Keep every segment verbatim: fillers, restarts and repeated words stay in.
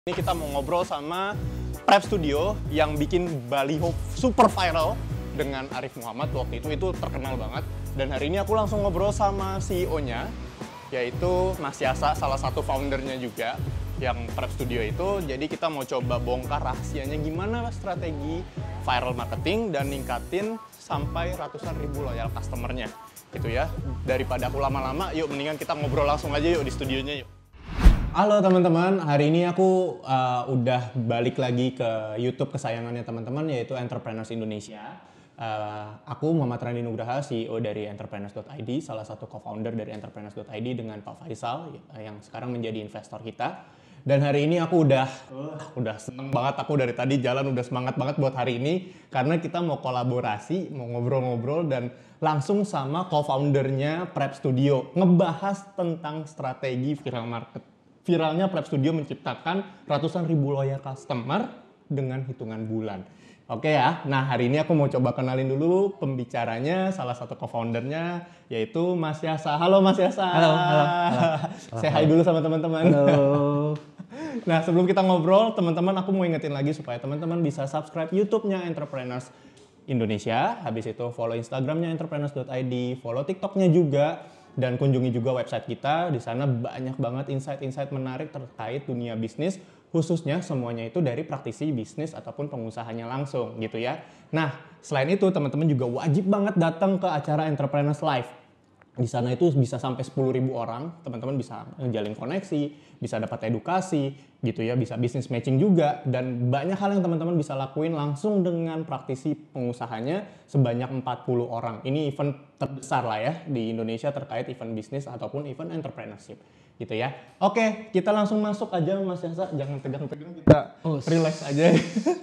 Ini kita mau ngobrol sama Prep Studio yang bikin baliho super viral dengan Arif Muhammad. Waktu itu itu terkenal banget. Dan hari ini aku langsung ngobrol sama C E O-nya, yaitu Mas Yasa, salah satu foundernya juga yang Prep Studio itu. Jadi kita mau coba bongkar rahasianya gimana strategi viral marketing dan ningkatin sampai ratusan ribu loyal customer-nya. Gitu ya. Daripada aku lama-lama, yuk mendingan kita ngobrol langsung aja yuk di studionya yuk. Halo teman-teman, hari ini aku uh, udah balik lagi ke YouTube kesayangannya teman-teman, yaitu Entrepreneurs Indonesia. Uh, aku Muhammad Randi Nugraha, C E O dari Entrepreneurs dot I D, salah satu co-founder dari Entrepreneurs dot I D dengan Pak Faisal yang sekarang menjadi investor kita. Dan hari ini aku udah uh, udah seneng banget, aku dari tadi jalan udah semangat banget buat hari ini karena kita mau kolaborasi, mau ngobrol-ngobrol dan langsung sama co-foundernya Prep Studio ngebahas tentang strategi viral market. Viralnya Prep Studio menciptakan ratusan ribu loyal customer dengan hitungan bulan. Oke ya, nah hari ini aku mau coba kenalin dulu pembicaranya, salah satu co-foundernya, yaitu Mas Yasa. Halo Mas Yasa. Halo, halo. halo. Say hi dulu sama teman-teman. Halo. Nah sebelum kita ngobrol, teman-teman aku mau ingetin lagi supaya teman-teman bisa subscribe YouTube-nya Entrepreneurs Indonesia. Habis itu follow Instagram-nya Entrepreneurs dot I D, follow TikTok-nya juga. Dan kunjungi juga website kita, di sana banyak banget insight-insight menarik terkait dunia bisnis, khususnya semuanya itu dari praktisi bisnis ataupun pengusahanya langsung gitu ya. Nah, selain itu teman-teman juga wajib banget datang ke acara Entrepreneurs Live. Di sana itu bisa sampai sepuluh ribu orang, teman-teman bisa menjalin koneksi, bisa dapat edukasi gitu ya, bisa bisnis matching juga, dan banyak hal yang teman-teman bisa lakuin langsung dengan praktisi pengusahanya sebanyak empat puluh orang. Ini event terbesar lah ya di Indonesia terkait event bisnis ataupun event entrepreneurship gitu ya. Oke, kita langsung masuk aja Mas Yasa, jangan tegang-tegang, kita oh, relax aja.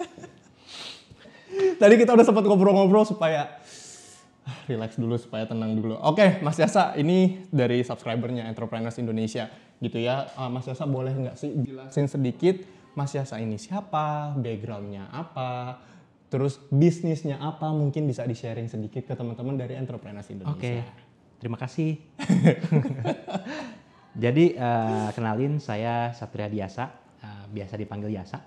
Tadi kita udah sempat ngobrol-ngobrol supaya relax dulu supaya tenang dulu. Oke, Mas Yasa, ini dari subscribernya Entrepreneurs Indonesia gitu ya. Uh, Mas Yasa boleh nggak sih jelasin sedikit Mas Yasa ini siapa, backgroundnya apa, terus bisnisnya apa, mungkin bisa di-sharing sedikit ke teman-teman dari Entrepreneurs Indonesia. Oke, terima kasih. Jadi uh, kenalin, saya Satria Diasa, uh, biasa dipanggil Yasa.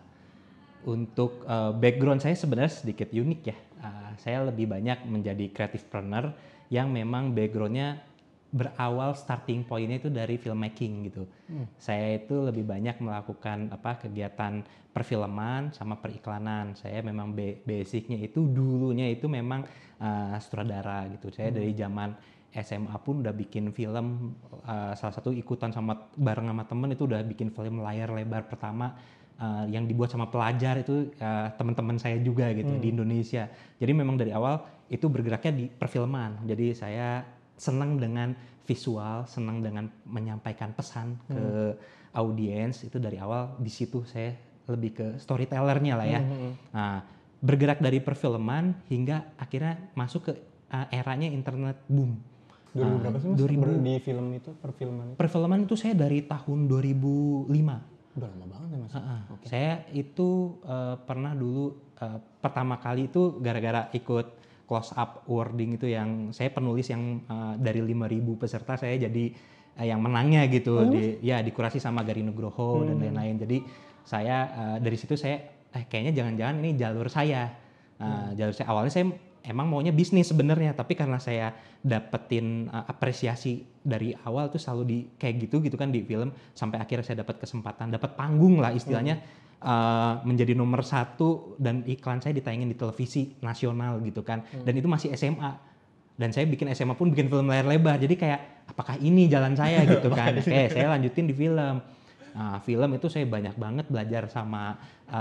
Untuk uh, background saya sebenarnya sedikit unik ya. Uh, saya lebih banyak menjadi creativepreneur yang memang backgroundnya berawal starting pointnya itu dari filmmaking gitu. Hmm. Saya itu lebih banyak melakukan apa kegiatan perfilman sama periklanan. Saya memang basicnya itu dulunya itu memang uh, sutradara gitu. Saya hmm. dari zaman S M A pun udah bikin film, uh, salah satu ikutan sama bareng sama temen itu udah bikin film layar lebar pertama. Uh, yang dibuat sama pelajar itu uh, teman-teman saya juga gitu hmm. di Indonesia. Jadi memang dari awal itu bergeraknya di perfilman. Jadi saya senang dengan visual, senang dengan menyampaikan pesan hmm. ke audiens. Itu dari awal di situ saya lebih ke storytellernya lah ya. Hmm. Nah, bergerak dari perfilman hingga akhirnya masuk ke uh, eranya internet boom. dua ribu berapa sih Mas? dua ribu Di film itu, perfilman itu? Perfilman itu saya dari tahun dua ribu lima. Udah lama banget ya Mas? Uh-uh. Okay. Saya itu uh, pernah dulu uh, pertama kali itu gara-gara ikut close up awarding itu yang saya penulis yang uh, dari lima ribu peserta saya jadi uh, yang menangnya gitu. Hmm? Di, ya dikurasi sama Gari Nugroho hmm. dan lain-lain. Jadi saya uh, dari situ saya eh kayaknya jangan-jangan ini jalur saya. Uh, hmm. Jalur saya awalnya saya emang maunya bisnis sebenarnya, tapi karena saya dapetin uh, apresiasi dari awal tuh selalu di kayak gitu gitu kan di film, sampai akhirnya saya dapat kesempatan, dapat panggung lah istilahnya, hmm. uh, menjadi nomor satu dan iklan saya ditayangin di televisi nasional gitu kan, hmm. dan itu masih S M A, dan saya bikin S M A pun bikin film layar lebar, jadi kayak apakah ini jalan saya gitu kan, oke saya lanjutin di film. Nah, film itu saya banyak banget belajar sama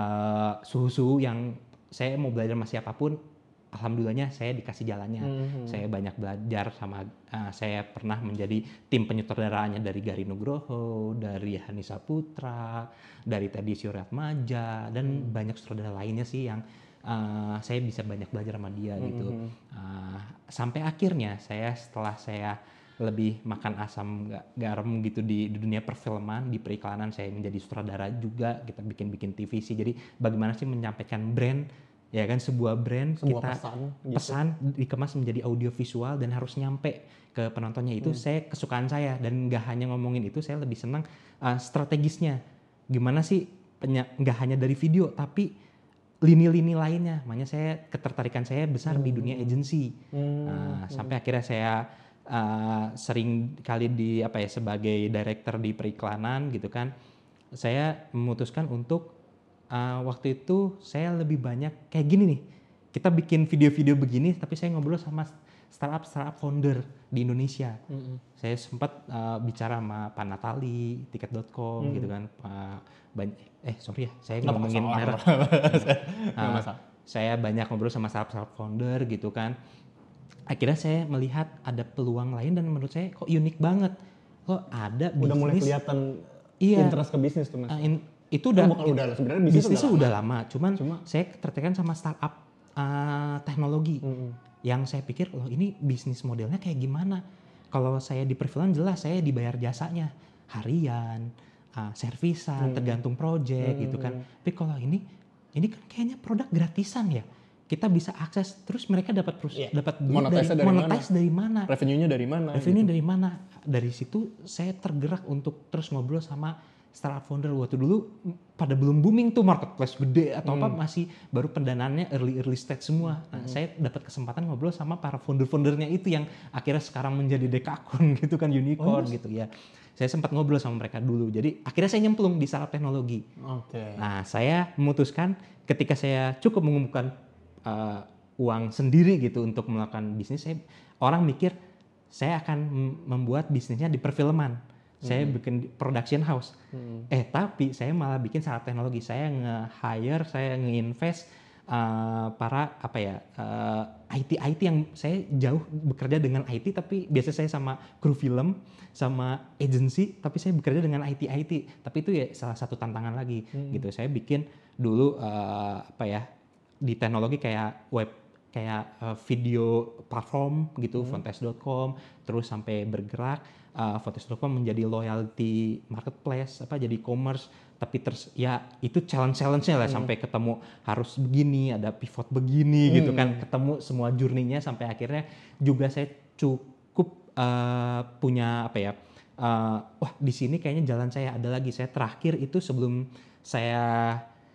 uh, suhu-suhu yang saya mau belajar sama siapapun. Alhamdulillahnya saya dikasih jalannya. Mm-hmm. Saya banyak belajar sama, uh, saya pernah menjadi tim penyutradaraannya dari Gari Nugroho, dari Hani Saputra, dari Teddy Suryatmaja, dan mm. banyak sutradara lainnya sih yang uh, saya bisa banyak belajar sama dia mm-hmm. gitu. Uh, sampai akhirnya saya setelah saya lebih makan asam garam gitu di, di dunia perfilman, di periklanan saya menjadi sutradara juga, kita bikin-bikin T V C. Jadi bagaimana sih menyampaikan brand, ya kan, sebuah brand, sebuah kita pesan, gitu. pesan dikemas menjadi audio visual dan harus nyampe ke penontonnya. Itu hmm. saya kesukaan saya, dan nggak hanya ngomongin itu, saya lebih senang uh, strategisnya. Gimana sih penya- nggak hanya dari video tapi lini-lini lainnya. Makanya saya ketertarikan saya besar di dunia agency. Nah, sampai akhirnya saya uh, sering kali di apa ya sebagai director di periklanan gitu kan. Saya memutuskan untuk uh, waktu itu saya lebih banyak kayak gini nih. Kita bikin video-video begini tapi saya ngobrol sama startup startup founder di Indonesia. Mm-hmm. Saya sempat uh, bicara sama Pak Natali, tiket dot com mm. gitu kan. Pak banyak, eh sorry ya, saya nggak ngomongin merek. Nah, saya banyak ngobrol sama startup startup founder gitu kan. Akhirnya saya melihat ada peluang lain dan menurut saya kok unik banget. Kok ada bisnis. Udah mulai kelihatan iya, interest ke bisnis tuh Mas. Uh, in, itu udah, oh, bukan udah sebenarnya bisnis bisnisnya udah, udah lama. lama. Cuman Cuma saya tertekan sama startup uh, teknologi. Mm-hmm. Yang saya pikir loh ini bisnis modelnya kayak gimana? Kalau saya di perfilman jelas saya dibayar jasanya harian, uh, servisan, hmm. tergantung project hmm. gitu kan. Tapi kalau ini, ini kan kayaknya produk gratisan ya. Kita bisa akses, terus mereka dapat yeah. dapat monetize dari, monetize dari mana? Revenue-nya dari mana? Revenue gitu. dari mana? Dari situ saya tergerak untuk terus ngobrol sama startup founder. Waktu dulu pada belum booming tuh marketplace gede atau hmm. apa, masih baru pendanaannya early early stage semua. Nah, hmm. saya dapat kesempatan ngobrol sama para founder-foundernya itu yang akhirnya sekarang menjadi dekakun gitu kan, unicorn oh, gitu ya. Saya sempat ngobrol sama mereka dulu. Jadi akhirnya saya nyemplung di startup teknologi. Okay. Nah, saya memutuskan ketika saya cukup mengumpulkan uh, uang sendiri gitu untuk melakukan bisnis, saya orang mikir saya akan membuat bisnisnya di perfilman. Saya hmm. bikin production house. Hmm. Eh tapi saya malah bikin startup teknologi. Saya nge-hire, saya nge-invest uh, para apa ya uh, I T I T yang saya jauh bekerja dengan I T, tapi biasa saya sama kru film, sama agency, tapi saya bekerja dengan I T I T. Tapi itu ya salah satu tantangan lagi hmm. gitu. Saya bikin dulu uh, apa ya di teknologi kayak web, kayak uh, video platform gitu, hmm. fontes dot com, terus sampai bergerak. Uh, fontes dot com menjadi loyalty marketplace, apa jadi e-commerce, tapi terus ya itu challenge-challenge-nya lah hmm. sampai ketemu harus begini, ada pivot begini hmm. gitu kan, ketemu semua journey-nya sampai akhirnya juga saya cukup uh, punya apa ya, uh, wah di sini kayaknya jalan saya ada lagi. Saya terakhir itu sebelum saya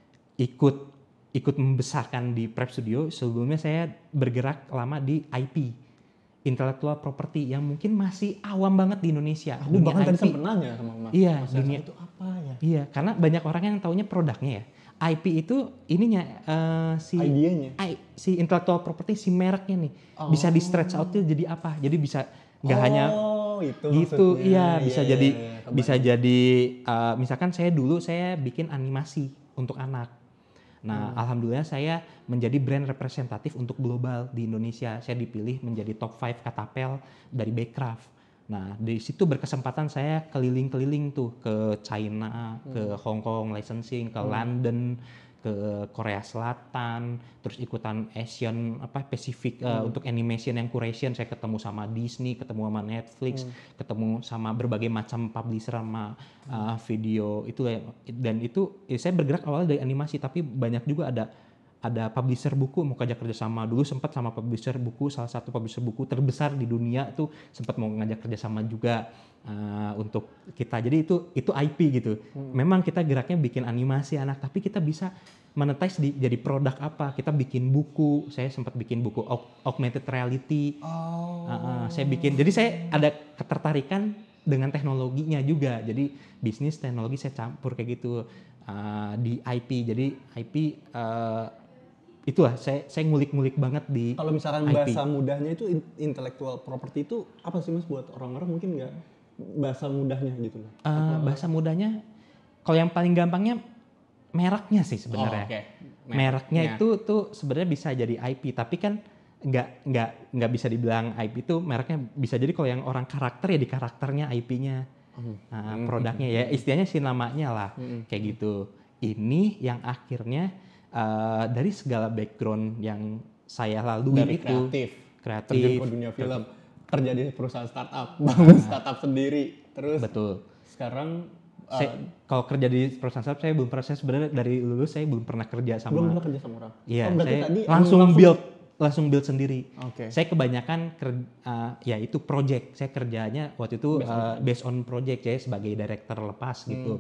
ikut ikut membesarkan di Prep Studio, sebelumnya saya bergerak lama di I P. Intellectual property yang mungkin masih awam banget di Indonesia. Aku bahkan tadi sempat nanya sama Mas. Iya, Mas dunia itu apa ya? Iya, karena banyak orang yang taunya produknya ya. I P itu ininya uh, si idenya. I, si intellectual property si mereknya nih. Oh. Bisa di stretch out jadi apa? Jadi bisa nggak oh, hanya itu gitu, iya bisa yeah, jadi yeah, yeah, bisa jadi uh, misalkan saya dulu saya bikin animasi untuk anak. Nah, hmm. alhamdulillah saya menjadi brand representatif untuk global di Indonesia. Saya dipilih menjadi top lima Katapel dari Backcraft. Nah, dari situ berkesempatan saya keliling-keliling tuh ke China, hmm. ke Hong Kong licensing, ke hmm. London, ke Korea Selatan, terus ikutan Asian apa Pacific hmm. uh, untuk animation yang curation. Saya ketemu sama Disney, ketemu sama Netflix, hmm. ketemu sama berbagai macam publisher sama uh, video itu, dan itu ya saya bergerak awalnya dari animasi, tapi banyak juga ada ada publisher buku mau ngajak kerjasama. Dulu sempat sama publisher buku, salah satu publisher buku terbesar di dunia tuh sempat mau ngajak kerjasama juga uh, untuk kita. Jadi itu itu I P gitu. Hmm. Memang kita geraknya bikin animasi anak, tapi kita bisa monetize di, jadi produk apa. Kita bikin buku. Saya sempat bikin buku augmented reality. Oh. Uh, uh, saya bikin. Jadi saya ada ketertarikan dengan teknologinya juga. Jadi bisnis teknologi saya campur kayak gitu uh, di I P. Jadi I P uh, itulah saya saya ngulik-ngulik banget di kalau misalkan I P. Bahasa mudahnya itu intellectual property itu apa sih Mas buat orang-orang mungkin nggak bahasa mudahnya gitu loh. Uh, bahasa mudahnya kalau yang paling gampangnya mereknya sih sebenarnya. Oh, okay. Merek. Mereknya yeah. itu tuh sebenarnya bisa jadi I P, tapi kan nggak nggak nggak bisa dibilang I P itu mereknya. Bisa jadi kalau yang orang karakter ya di karakternya I P-nya. Hmm. Nah, produknya ya istilahnya sih namanya lah hmm. kayak gitu. Ini yang akhirnya Uh, dari segala background yang saya lalui dari itu kreatif, kreatif, terjun ke dunia film, kerja di perusahaan startup, bangun startup sendiri, terus betul. Sekarang uh, saya, kalau kerja di perusahaan startup saya belum pernah, saya sebenarnya dari lulus saya belum pernah kerja sama. Belum pernah kerja sama orang. Iya, oh, saya tadi langsung, langsung build, langsung build sendiri. Okay. Saya kebanyakan kerja, uh, ya itu project. Saya kerjanya waktu itu based, uh, based on project ya sebagai director lepas gitu. Hmm.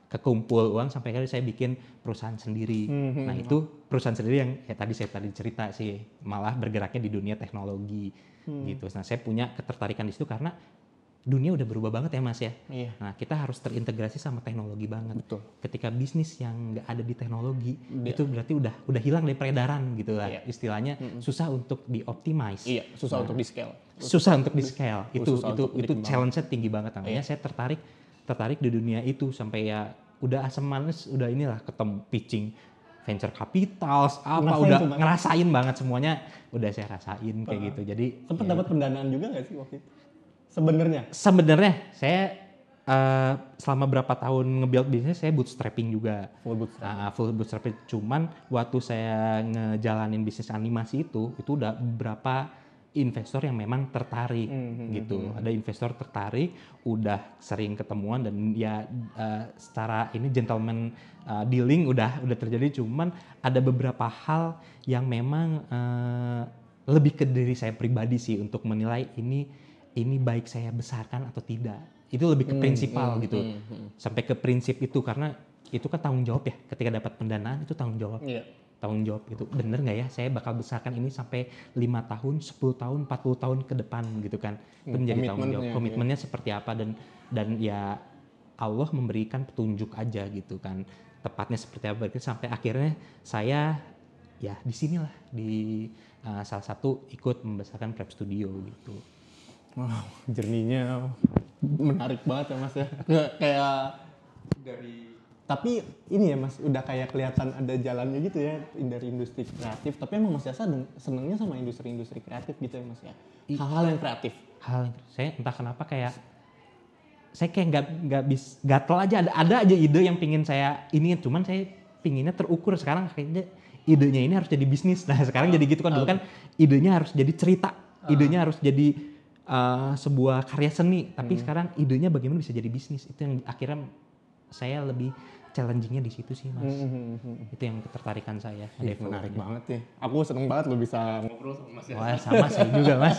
kekumpul uang sampai akhirnya saya bikin perusahaan sendiri. Hmm. Nah itu perusahaan sendiri yang ya tadi saya tadi cerita sih, malah bergeraknya di dunia teknologi Hmm. gitu. Nah saya punya ketertarikan di situ karena dunia udah berubah banget ya Mas ya. Iya. Nah kita harus terintegrasi sama teknologi banget. Betul. Ketika bisnis yang nggak ada di teknologi Dia- itu berarti udah udah hilang dari peredaran gitu lah. Iya. Istilahnya susah untuk dioptimize. Iya, susah untuk di scale. Susah untuk di scale. Itu Susah itu untuk itu dikembangkan. challenge-nya tinggi banget. Makanya saya tertarik tertarik di dunia itu sampai ya udah asam manis udah inilah ketemu pitching venture capital apa Ngerasain udah tuh, Bang. ngerasain banget semuanya udah saya rasain kayak gitu. Jadi Sempat ya, dapat pendanaan juga nggak sih waktu itu? Sebenarnya. sebenarnya saya eh, selama berapa tahun nge-build bisnis saya bootstrapping juga. Full bootstrap. Ah, full bootstrapping. Cuman waktu saya ngejalanin bisnis animasi itu itu udah beberapa investor yang memang tertarik Hmm, gitu. Ada investor tertarik, udah sering ketemuan dan ya eh, secara ini gentleman eh, dealing udah udah terjadi. Cuman ada beberapa hal yang memang eh, lebih ke diri saya pribadi sih untuk menilai ini ini baik saya besarkan atau tidak. Itu lebih ke prinsipal gitu. Sampai ke prinsip itu karena itu kan tanggung jawab ya. Ketika dapat pendanaan itu tanggung jawab. Iya. Tanggung jawab gitu. Bener nggak ya saya bakal besarkan ini sampai lima tahun, sepuluh tahun, empat puluh tahun ke depan gitu kan. Itu Hmm, menjadi tanggung jawab. komitmennya, Komitmennya seperti apa dan dan ya Allah memberikan petunjuk aja gitu kan. Tepatnya seperti apa itu sampai akhirnya saya ya di sinilah di uh, salah satu ikut membesarkan Prep Studio gitu. Wow, jerninya menarik banget ya Mas ya. Kayak- Kayak dari tapi ini ya Mas, udah kayak kelihatan ada jalannya gitu ya dari industri kreatif. Tapi emang Mas Yasa deng- senengnya sama industri-industri kreatif gitu ya Mas ya. Hal-hal yang kreatif. Hal yang saya entah kenapa kayak saya kayak nggak nggak bis gatel aja ada ada aja ide yang pingin saya ini cuman saya pinginnya terukur sekarang kayaknya idenya ini harus jadi bisnis. Nah sekarang jadi gitu kan dulu kan idenya harus jadi cerita, idenya harus jadi uh, sebuah karya seni. Tapi sekarang idenya bagaimana bisa jadi bisnis itu yang akhirnya saya lebih challengingnya di situ sih Mas. Itu yang ketertarikan saya. Ih, menarik banget ya. Aku seneng banget lo bisa ngobrol sama Mas Yasa. Wah sama saya juga Mas.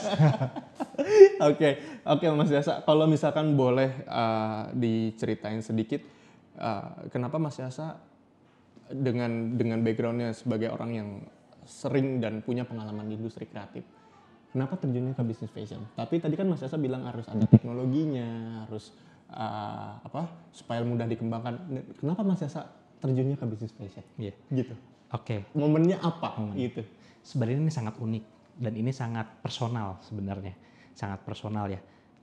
Oke, oke Mas Yasa. Kalau misalkan boleh uh, diceritain sedikit, uh, kenapa Mas Yasa dengan dengan backgroundnya sebagai orang yang sering dan punya pengalaman di industri kreatif, kenapa terjunnya ke bisnis fashion? Tapi tadi kan Mas Yasa bilang harus ada teknologinya, harus uh, apa supaya mudah dikembangkan. Kenapa Mas Yasa terjunnya ke bisnis fashion? Iya. Gitu. Oke. Momennya apa? Momen. Gitu. Sebenarnya ini sangat unik dan ini sangat personal sebenarnya, sangat personal ya.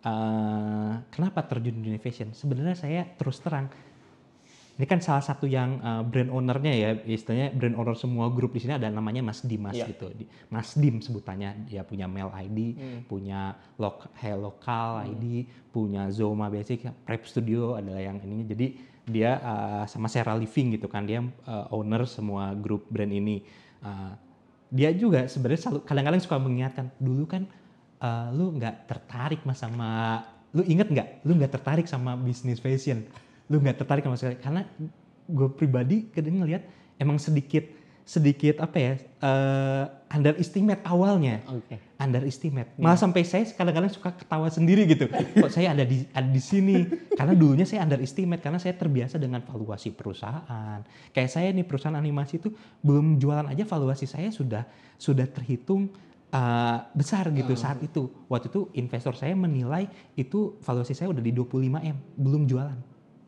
Uh, kenapa terjun di dunia fashion? Sebenarnya saya terus terang, ini kan salah satu yang uh, brand ownernya ya, istilahnya brand owner semua grup di sini ada namanya Mas Dimas Iya. gitu, Di- Mas Dim sebutannya. Dia punya Mail I D, punya lok Hey Lokal I D, punya Zoma Basic, Prep Studio adalah yang ininya. Jadi dia uh, sama Sarah Living gitu kan, dia uh, owner semua grup brand ini. Uh, dia juga sebenarnya selalu kadang-kadang suka mengingatkan dulu kan uh, lu nggak tertarik mas sama lu inget nggak lu nggak tertarik sama bisnis fashion, lu nggak tertarik sama sekali karena gue pribadi kadang ngelihat emang sedikit sedikit apa ya uh, underestimate awalnya. Oke. Underestimate. Malah sampai saya kadang-kadang suka ketawa sendiri gitu. Kok saya ada di ada di sini? Karena dulunya saya underestimate karena saya terbiasa dengan valuasi perusahaan. Kayak saya nih perusahaan animasi itu belum jualan aja valuasi saya sudah sudah terhitung uh, besar gitu saat itu. Waktu itu investor saya menilai itu valuasi saya udah di dua puluh lima M, belum jualan.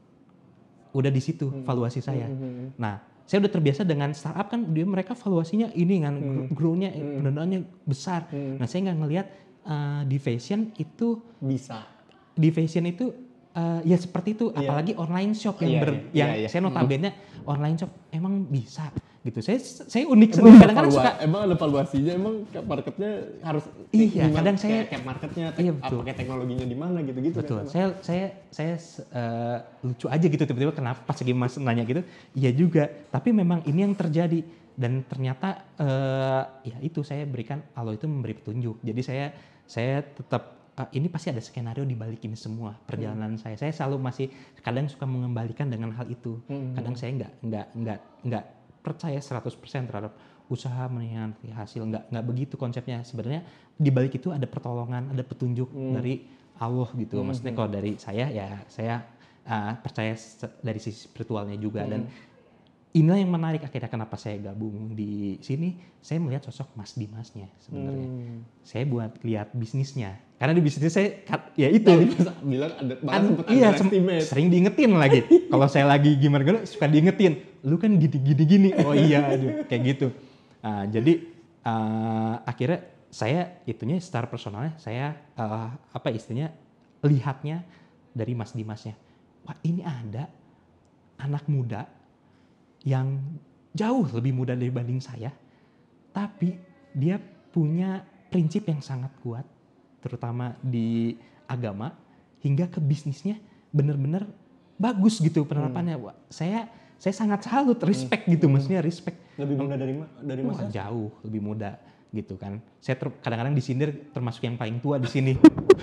Udah di situ valuasi saya. Nah, saya udah terbiasa dengan startup kan dia mereka valuasinya ini kan Hmm. grow-nya pendanaannya besar. Nah, saya nggak ngelihat uh, di fashion itu Bisa. di fashion itu uh, ya seperti itu Iya. apalagi online shop yang Iya, ber, iya, yang iya, iya. saya notabene online shop emang bisa gitu. Saya saya unik Emang sendiri ada kadang-kadang valua- suka emang ada valuasinya, emang cap marketnya harus Iya, gimana? kadang saya- Kayak cap marketnya, tek- Iya, apa betul. pakai teknologinya di mana gitu-gitu. betul. kan, Saya saya saya uh, lucu aja gitu tiba-tiba kenapa pas lagi Mas nanya gitu. Iya juga. Tapi memang ini yang terjadi dan ternyata uh, ya itu saya berikan Allah itu memberi petunjuk. Jadi saya saya tetap uh, ini pasti ada skenario di balik ini semua perjalanan saya. Saya selalu masih kadang suka mengembalikan dengan hal itu. Kadang saya nggak nggak nggak nggak percaya seratus persen terhadap usaha mengkhianati hasil, nggak nggak begitu konsepnya. Sebenarnya di balik itu ada pertolongan, ada petunjuk dari Allah gitu. Maksudnya kalau dari saya ya saya uh, percaya se- dari sisi spiritualnya juga. Dan inilah yang menarik akhirnya kenapa saya gabung di sini. Saya melihat sosok Mas Dimasnya sebenarnya. Hmm. Saya buat lihat bisnisnya. Karena di bisnisnya saya kat- ya itu. Tadi pas bilang ada bahkan An- sempat iya, sem- underestimate. sering diingetin lagi. Kalau saya lagi gimana-gimana suka diingetin. Lu kan gini-gini-gini. Oh iya, aduh, kayak gitu. Nah, jadi uh, akhirnya saya itunya secara personalnya saya uh, apa istilahnya lihatnya dari Mas Dimasnya. Wah, ini ada anak muda yang jauh lebih muda dibanding saya, tapi dia punya prinsip yang sangat kuat, terutama di agama, hingga ke bisnisnya benar-benar bagus gitu penerapannya. Wah, saya saya sangat salut, respect gitu, maksudnya respect. Lebih muda dari ma- dari Wah, Mas. jauh lebih muda gitu kan. Saya ter- kadang-kadang disindir termasuk yang paling tua di sini.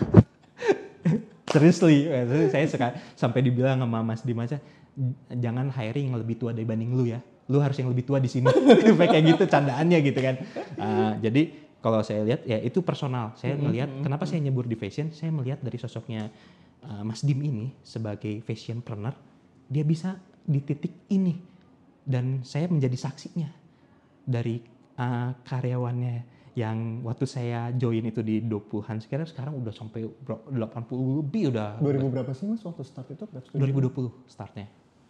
Seriously, saya suka sampai dibilang sama Mas Dimas, jangan hiring yang lebih tua dibanding lu ya. Lu harus yang lebih tua di sini. Kayak gitu candaannya gitu kan. Uh, jadi kalau saya lihat ya itu personal. Saya melihat kenapa saya nyebur di fashion, saya melihat dari sosoknya uh, Mas Dim ini sebagai fashionpreneur, dia bisa di titik ini. Dan saya menjadi saksinya dari uh, karyawannya yang waktu saya join itu di dua puluhan sekarang sekarang udah sampai delapan puluh lebih udah. dua ribu berapa sih Mas waktu start itu? dua ribu dua puluh startnya.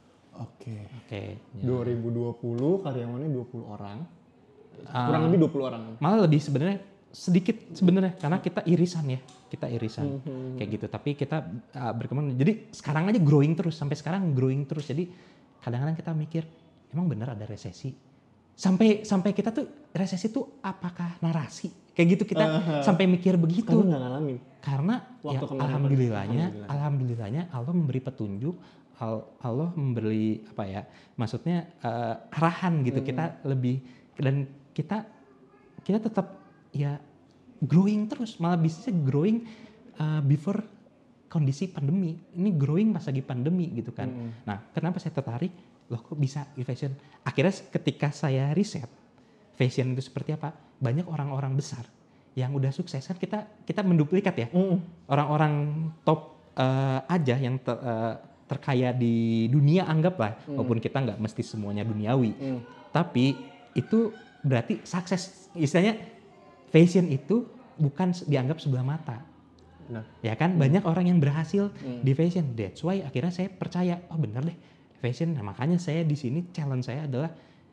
Oke. Oke. ya. dua ribu dua puluh karyawannya dua puluh orang. Kurang lebih dua puluh orang. Malah lebih sebenarnya sedikit sebenarnya karena kita irisan ya. Kita irisan kayak gitu. Tapi kita uh, berkembang. Jadi sekarang aja growing terus sampai sekarang growing terus. Jadi kadang-kadang kita mikir emang benar ada resesi. Sampai sampai kita tuh resesi tuh apakah narasi? Kayak gitu kita uh, sampai mikir begitu. Kamu nggak ngalamin. Karena Waktu ya, kemarin alhamdulillahnya, alhamdulillah. alhamdulillahnya Allah memberi petunjuk, Al- Allah memberi apa ya? Maksudnya uh, arahan gitu. Hmm. Kita lebih dan kita kita tetap ya growing terus, malah bisnisnya growing uh, before kondisi pandemi. Ini growing pas lagi pandemi gitu kan. Hmm. Nah, kenapa saya tertarik? Loh kok bisa di fashion? Akhirnya ketika saya riset fashion itu seperti apa, banyak orang-orang besar yang udah sukses kan kita kita menduplikat ya. Mm. Orang-orang top uh, aja yang ter, uh, terkaya di dunia anggaplah, mm. walaupun kita nggak mesti semuanya duniawi. Mm. Tapi itu berarti sukses. Istilahnya fashion itu bukan dianggap sebelah mata. Nah. Ya kan mm. banyak orang yang berhasil mm. di fashion. That's why akhirnya saya percaya, oh bener deh. Fashion, nah makanya saya di sini challenge saya adalah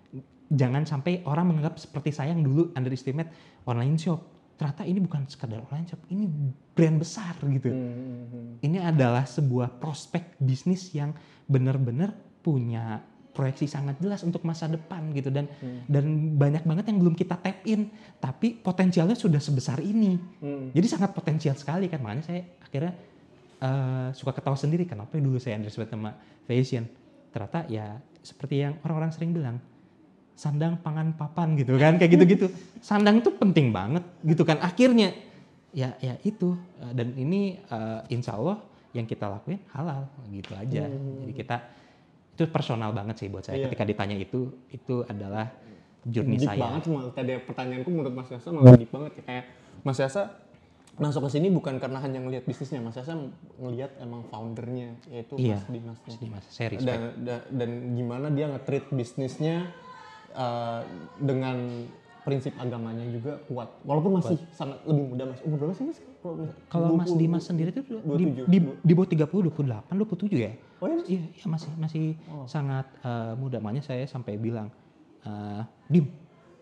jangan sampai orang menganggap seperti saya yang dulu underestimate online shop. Ternyata ini bukan sekadar online shop, ini brand besar gitu. Hmm. Ini adalah sebuah prospek bisnis yang benar-benar punya proyeksi sangat jelas untuk masa depan gitu dan hmm. dan banyak banget yang belum kita tap in, tapi potensialnya sudah sebesar ini. Hmm. Jadi sangat potensial sekali kan, makanya saya akhirnya uh, suka ketawa sendiri kenapa dulu saya underestimate sama fashion. Ternyata ya seperti yang orang-orang sering bilang, sandang pangan papan gitu kan, kayak gitu-gitu. Sandang itu penting banget gitu kan. Akhirnya ya ya itu dan ini uh, insya Allah yang kita lakuin halal gitu aja. Hmm. Jadi kita itu personal banget sih buat saya. Iya. Ketika ditanya itu itu adalah journey deep saya. Deep banget cuma tadi pertanyaanku menurut Mas Yasa malah deep banget ya. Kayak Mas Yasa masuk ke sini bukan karena hanya ngelihat bisnisnya, Mas Yasa ngelihat emang foundernya yaitu iya, Mas Dimas. Mas Dimas, saya respect. Dan, dan, dan gimana dia nge-treat bisnisnya uh, dengan prinsip agamanya juga kuat. Walaupun masih kuat. Sangat lebih muda Mas. Umur berapa sih Mas? Kalau Mas Dimas sendiri itu di, di, di bawah tiga puluh, dua puluh delapan, dua puluh tujuh ya? Oh iya Mas? Iya, iya masih masih oh. sangat uh, muda. Makanya saya sampai bilang, uh, Dim,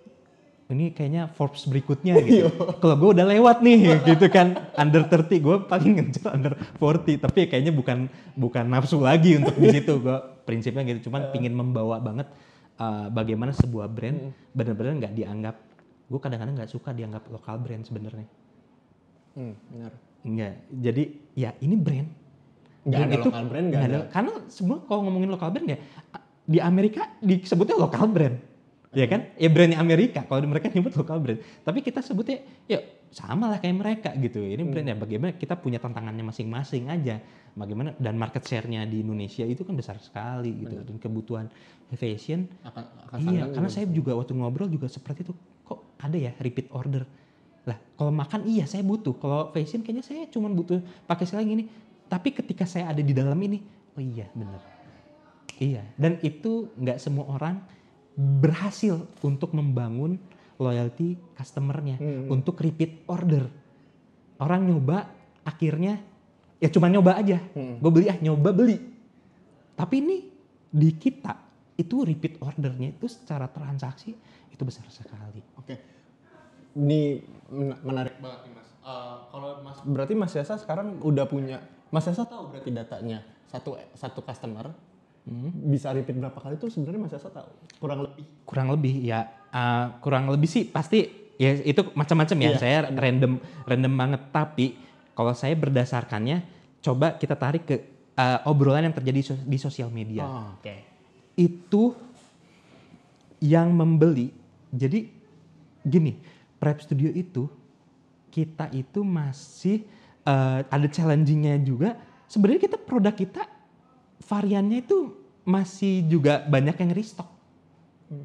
ini kayaknya Forbes berikutnya gitu. Kalau gue udah lewat nih gitu kan, under tiga puluh, gue paling ngejar under empat puluh. Tapi kayaknya bukan bukan nafsu lagi untuk di situ. Gue prinsipnya gitu, cuman uh. pingin membawa banget uh, bagaimana sebuah brand hmm. benar-benar nggak dianggap. Gue kadang-kadang nggak suka dianggap lokal brand sebenarnya. Hmm, benar. Enggak. Jadi ya ini brand. Nggak ada itu, lokal brand nggak ada. ada. Karena semua kalau ngomongin lokal brand ya di Amerika disebutnya lokal brand. Ya kan? Ya brandnya Amerika, kalau mereka nyebut lokal brand. Tapi kita sebutnya, ya sama lah kayak mereka gitu. Ini brandnya bagaimana kita punya tantangannya masing-masing aja. Bagaimana, dan market share-nya di Indonesia itu kan besar sekali gitu. Benar. Dan kebutuhan fashion. Akan, akan iya, karena saya juga waktu ngobrol juga seperti itu. Kok ada ya repeat order? Lah, kalau makan iya saya butuh. Kalau fashion kayaknya saya cuma butuh pakai sekali gini. Tapi ketika saya ada di dalam ini, Oh iya, bener. Iya, dan itu nggak semua orang berhasil untuk membangun loyalty customer-nya, Hmm. untuk repeat order. Orang nyoba, akhirnya ya cuma nyoba aja. Hmm. Gue beli ah, nyoba beli. Tapi ini di kita, itu repeat ordernya itu secara transaksi itu besar sekali. Oke, ini men- menarik banget nih mas. Uh, kalau mas berarti Mas Yasa sekarang udah punya, Mas Yasa tahu berarti datanya satu satu customer hmm. bisa repeat berapa kali itu sebenarnya Mas Yasa tahu kurang lebih. Kurang lebih ya, uh, kurang lebih sih pasti ya itu macam-macam ya. Iya, saya ada. random random banget. Tapi kalau saya berdasarkannya, coba kita tarik ke uh, obrolan yang terjadi di sosial media. Oh, Oke. Okay. Itu yang membeli. Jadi gini, Prep Studio itu kita itu masih uh, ada challenging-nya juga. Sebenarnya kita produk kita variannya itu masih juga banyak yang restock. Hmm.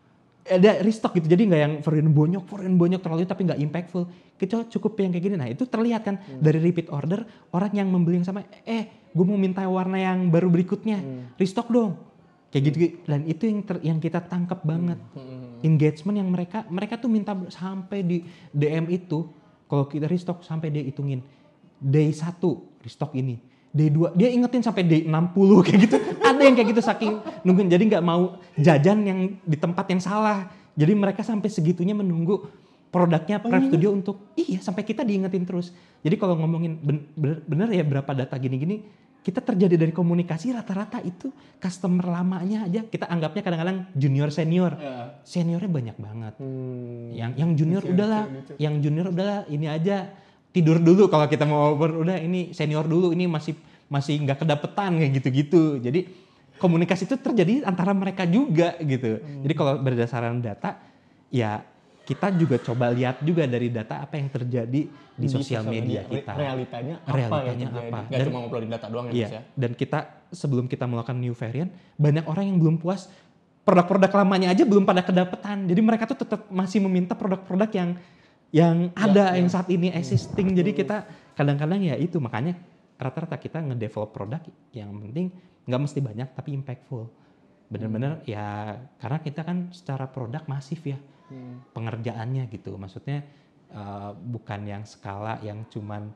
Ada restock gitu, jadi nggak yang varian bonyok, varian bonyok terlalu tapi nggak impactful. Kita cukup yang kayak gini. Nah itu terlihat kan hmm. dari repeat order, orang yang membeli yang sama, eh gue mau minta warna yang baru berikutnya, hmm. restock dong. Kayak gitu, dan itu yang ter, yang kita tangkap banget. Hmm. Engagement yang mereka, mereka tuh minta sampai di D M itu, kalau kita restock sampai dia hitungin day satu restock ini, day dua dia ingetin sampai day enam puluh kayak gitu. Ada yang kayak gitu saking nungguin, jadi nggak mau jajan yang di tempat yang salah. Jadi mereka sampai segitunya menunggu produknya Prep oh, Studio iya? Untuk iya sampai kita diingetin terus. Jadi kalau ngomongin bener, bener ya berapa data gini-gini, kita terjadi dari komunikasi rata-rata itu customer lamanya aja kita anggapnya kadang-kadang junior senior, yeah. Seniornya banyak banget. Hmm. Yang yang junior lucu, udahlah, lucu, lucu. yang junior udahlah ini aja tidur dulu kalau kita mau over, udah ini senior dulu, ini masih masih nggak kedapetan kayak gitu-gitu. Jadi komunikasi itu terjadi antara mereka juga gitu. Hmm. Jadi kalau berdasarkan data ya kita juga coba lihat juga dari data apa yang terjadi di, di sosial media, media kita. Realitanya apa Realitanya yang terjadi? apa? Gak cuma ngobrolin data doang iya, ya, Mas ya. Dan kita sebelum kita melakukan new variant, banyak orang yang belum puas. Produk-produk lamanya aja belum pada kedapetan. Jadi mereka tuh tetap masih meminta produk-produk yang yang ada ya, yang ya. Saat ini existing. Hmm. Jadi kita kadang-kadang ya itu makanya rata-rata kita ngedevelop produk yang penting nggak mesti banyak tapi impactful. Bener-bener hmm. ya karena kita kan secara produk masif ya. Hmm. Pengerjaannya gitu, maksudnya uh, bukan yang skala yang cuman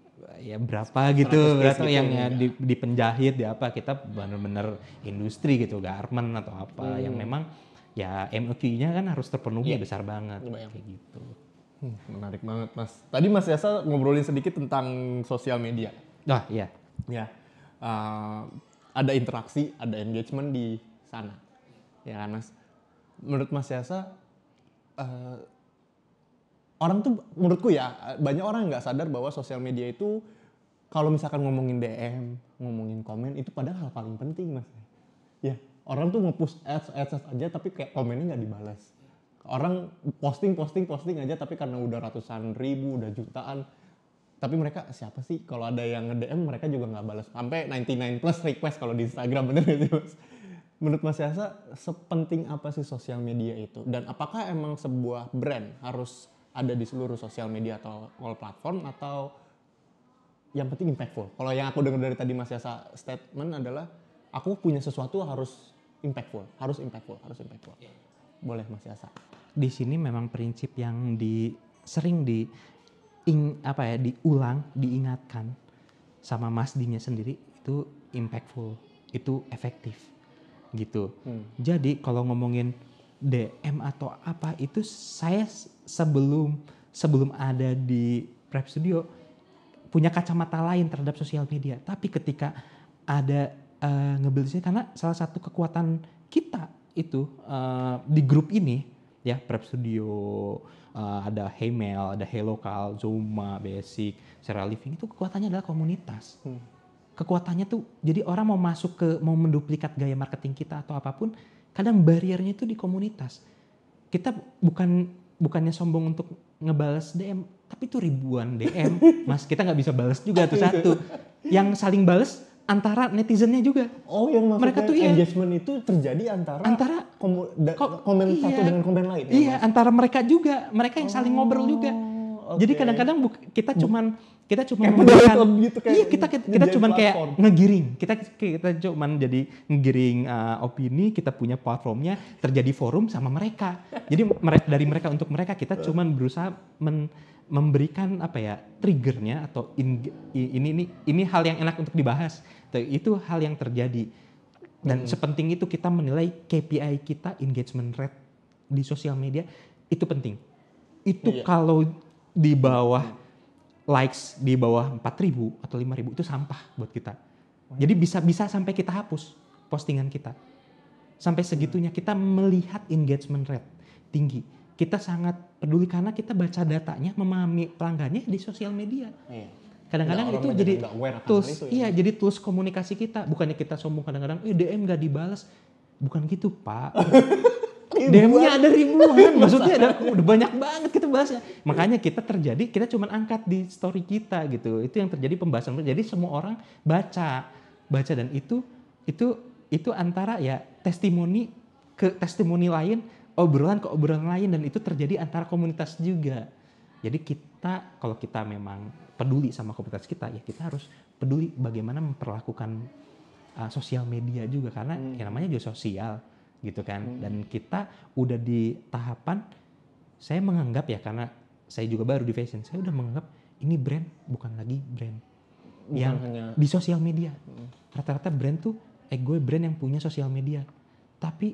ya berapa gitu, atau gitu, yang ya di, di penjahit, di apa, kita benar-benar industri gitu, garment atau apa, hmm. yang memang ya M O Q-nya kan harus terpenuhi yeah. besar banget, yeah. kayak gitu. Hmm, menarik banget Mas. Tadi Mas Yasa ngobrolin sedikit tentang sosial media. Ah iya. Ya, uh, ada interaksi, ada engagement di sana, ya kan Mas. Menurut Mas Yasa Uh, orang tuh menurutku ya banyak orang nggak sadar bahwa sosial media itu kalau misalkan ngomongin D M, ngomongin komen itu padahal hal paling penting Mas. Ya orang tuh nge-push ads, ads, ads aja tapi kayak komennya nggak dibalas. Orang posting posting posting aja tapi karena udah ratusan ribu, udah jutaan, tapi mereka siapa sih kalau ada yang nge-D M mereka juga nggak balas sampai sembilan puluh sembilan plus request kalau di Instagram, bener gak sih Mas? Menurut Mas Yasa, sepenting apa sih sosial media itu? Dan apakah emang sebuah brand harus ada di seluruh sosial media atau all platform, atau yang penting impactful? Kalau yang aku dengar dari tadi Mas Yasa statement adalah, aku punya sesuatu harus impactful, harus impactful, harus impactful. Boleh Mas Yasa? Di sini memang prinsip yang di sering di ing, apa ya diulang, diingatkan sama Mas Dinya sendiri itu impactful, itu efektif. Gitu. Hmm. Jadi kalau ngomongin D M atau apa itu saya sebelum sebelum ada di Prep Studio punya kacamata lain terhadap sosial media. Tapi ketika ada uh, nge-build karena salah satu kekuatan kita itu uh, di grup ini ya Prep Studio, uh, ada Heymail, ada Heylokal, Zoma, Basic, Sera Living, itu kekuatannya adalah komunitas. Hmm. Kekuatannya tuh jadi orang mau masuk ke mau menduplikat gaya marketing kita atau apapun, kadang bariernya itu di komunitas. Kita bukan bukannya sombong untuk ngebales D M, tapi itu ribuan D M, Mas, kita nggak bisa balas juga tuh satu. Yang saling balas antara netizennya juga. Oh, yang maksudnya mereka tuh engagement ya, itu terjadi antara antara komu, da, ko, komen iya, satu dengan komen lain. Iya, ya, antara mereka juga, mereka yang saling oh, ngobrol juga. oke. Jadi kadang-kadang buk- kita cuman kita cuma Kayak memberikan, pedagang gitu, kayak iya kita kita, kita nyediain cuman kayak platform. ngegiring, kita kita cuman jadi ngegiring uh, opini, kita punya platformnya, terjadi forum sama mereka. Jadi mere- dari mereka untuk mereka kita cuman berusaha men- memberikan apa ya triggernya atau in- ini ini ini hal yang enak untuk dibahas. Itu hal yang terjadi dan sepenting itu kita menilai K P I kita engagement rate di sosial media itu penting. Itu Iya. kalau di bawah likes di bawah empat ribu atau lima ribu itu sampah buat kita. Jadi bisa bisa sampai kita hapus postingan kita. Sampai segitunya kita melihat engagement rate tinggi. Kita sangat peduli karena kita baca datanya, memahami pelanggannya di sosial media. Iya. Kadang-kadang Nggak, itu orang jadi banyak yang nggak aware akan tools, hal itu ya. iya jadi tools komunikasi kita. Bukannya kita sombong kadang-kadang, eh D M nggak dibalas. Bukan gitu Pak. D M-nya ada ribuan, maksudnya ada udah banyak banget kita bahasnya. Makanya kita terjadi, kita cuma angkat di story kita gitu. Itu yang terjadi pembahasan. Jadi semua orang baca, baca dan itu itu itu antara ya testimoni ke testimoni lain, obrolan ke obrolan lain dan itu terjadi antara komunitas juga. Jadi kita kalau kita memang peduli sama komunitas kita ya kita harus peduli bagaimana memperlakukan uh, sosial media juga karena Hmm. ya namanya juga sosial gitu kan. Hmm. Dan kita udah di tahapan saya menganggap ya karena saya juga baru di fashion, saya udah menganggap ini brand bukan lagi brand Bukan yang hanya- di sosial media. Hmm. Rata-rata brand tuh eh gue brand yang punya sosial media. Tapi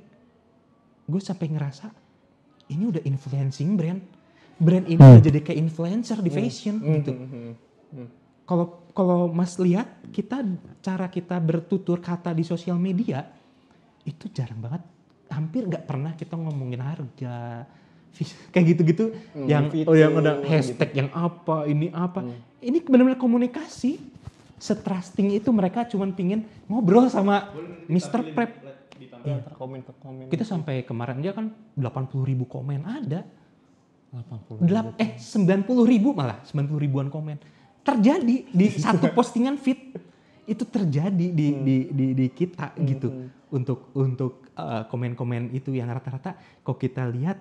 gue sampai ngerasa ini udah influencing brand. Brand ini udah jadi kayak influencer di fashion gitu. Hmm. Hmm. Kalau kalau Mas lihat kita cara kita bertutur kata di sosial media itu jarang banget, hampir nggak pernah kita ngomongin harga kayak gitu-gitu Hmm, yang fitur, oh yang ada gitu. hashtag yang apa ini apa ini benar-benar komunikasi setrusting itu mereka cuman pingin ngobrol sama mister Prep. Ya, antar komen ke komen. Kita sampai kemarin dia kan delapan puluh ribu komen ada. delapan puluh Delap, eh sembilan puluh ribu malah, sembilan puluh ribuan komen. Terjadi di satu postingan feed. Itu terjadi di Hmm. di, di di kita gitu. Untuk untuk uh, komen-komen itu yang rata-rata kalau kita lihat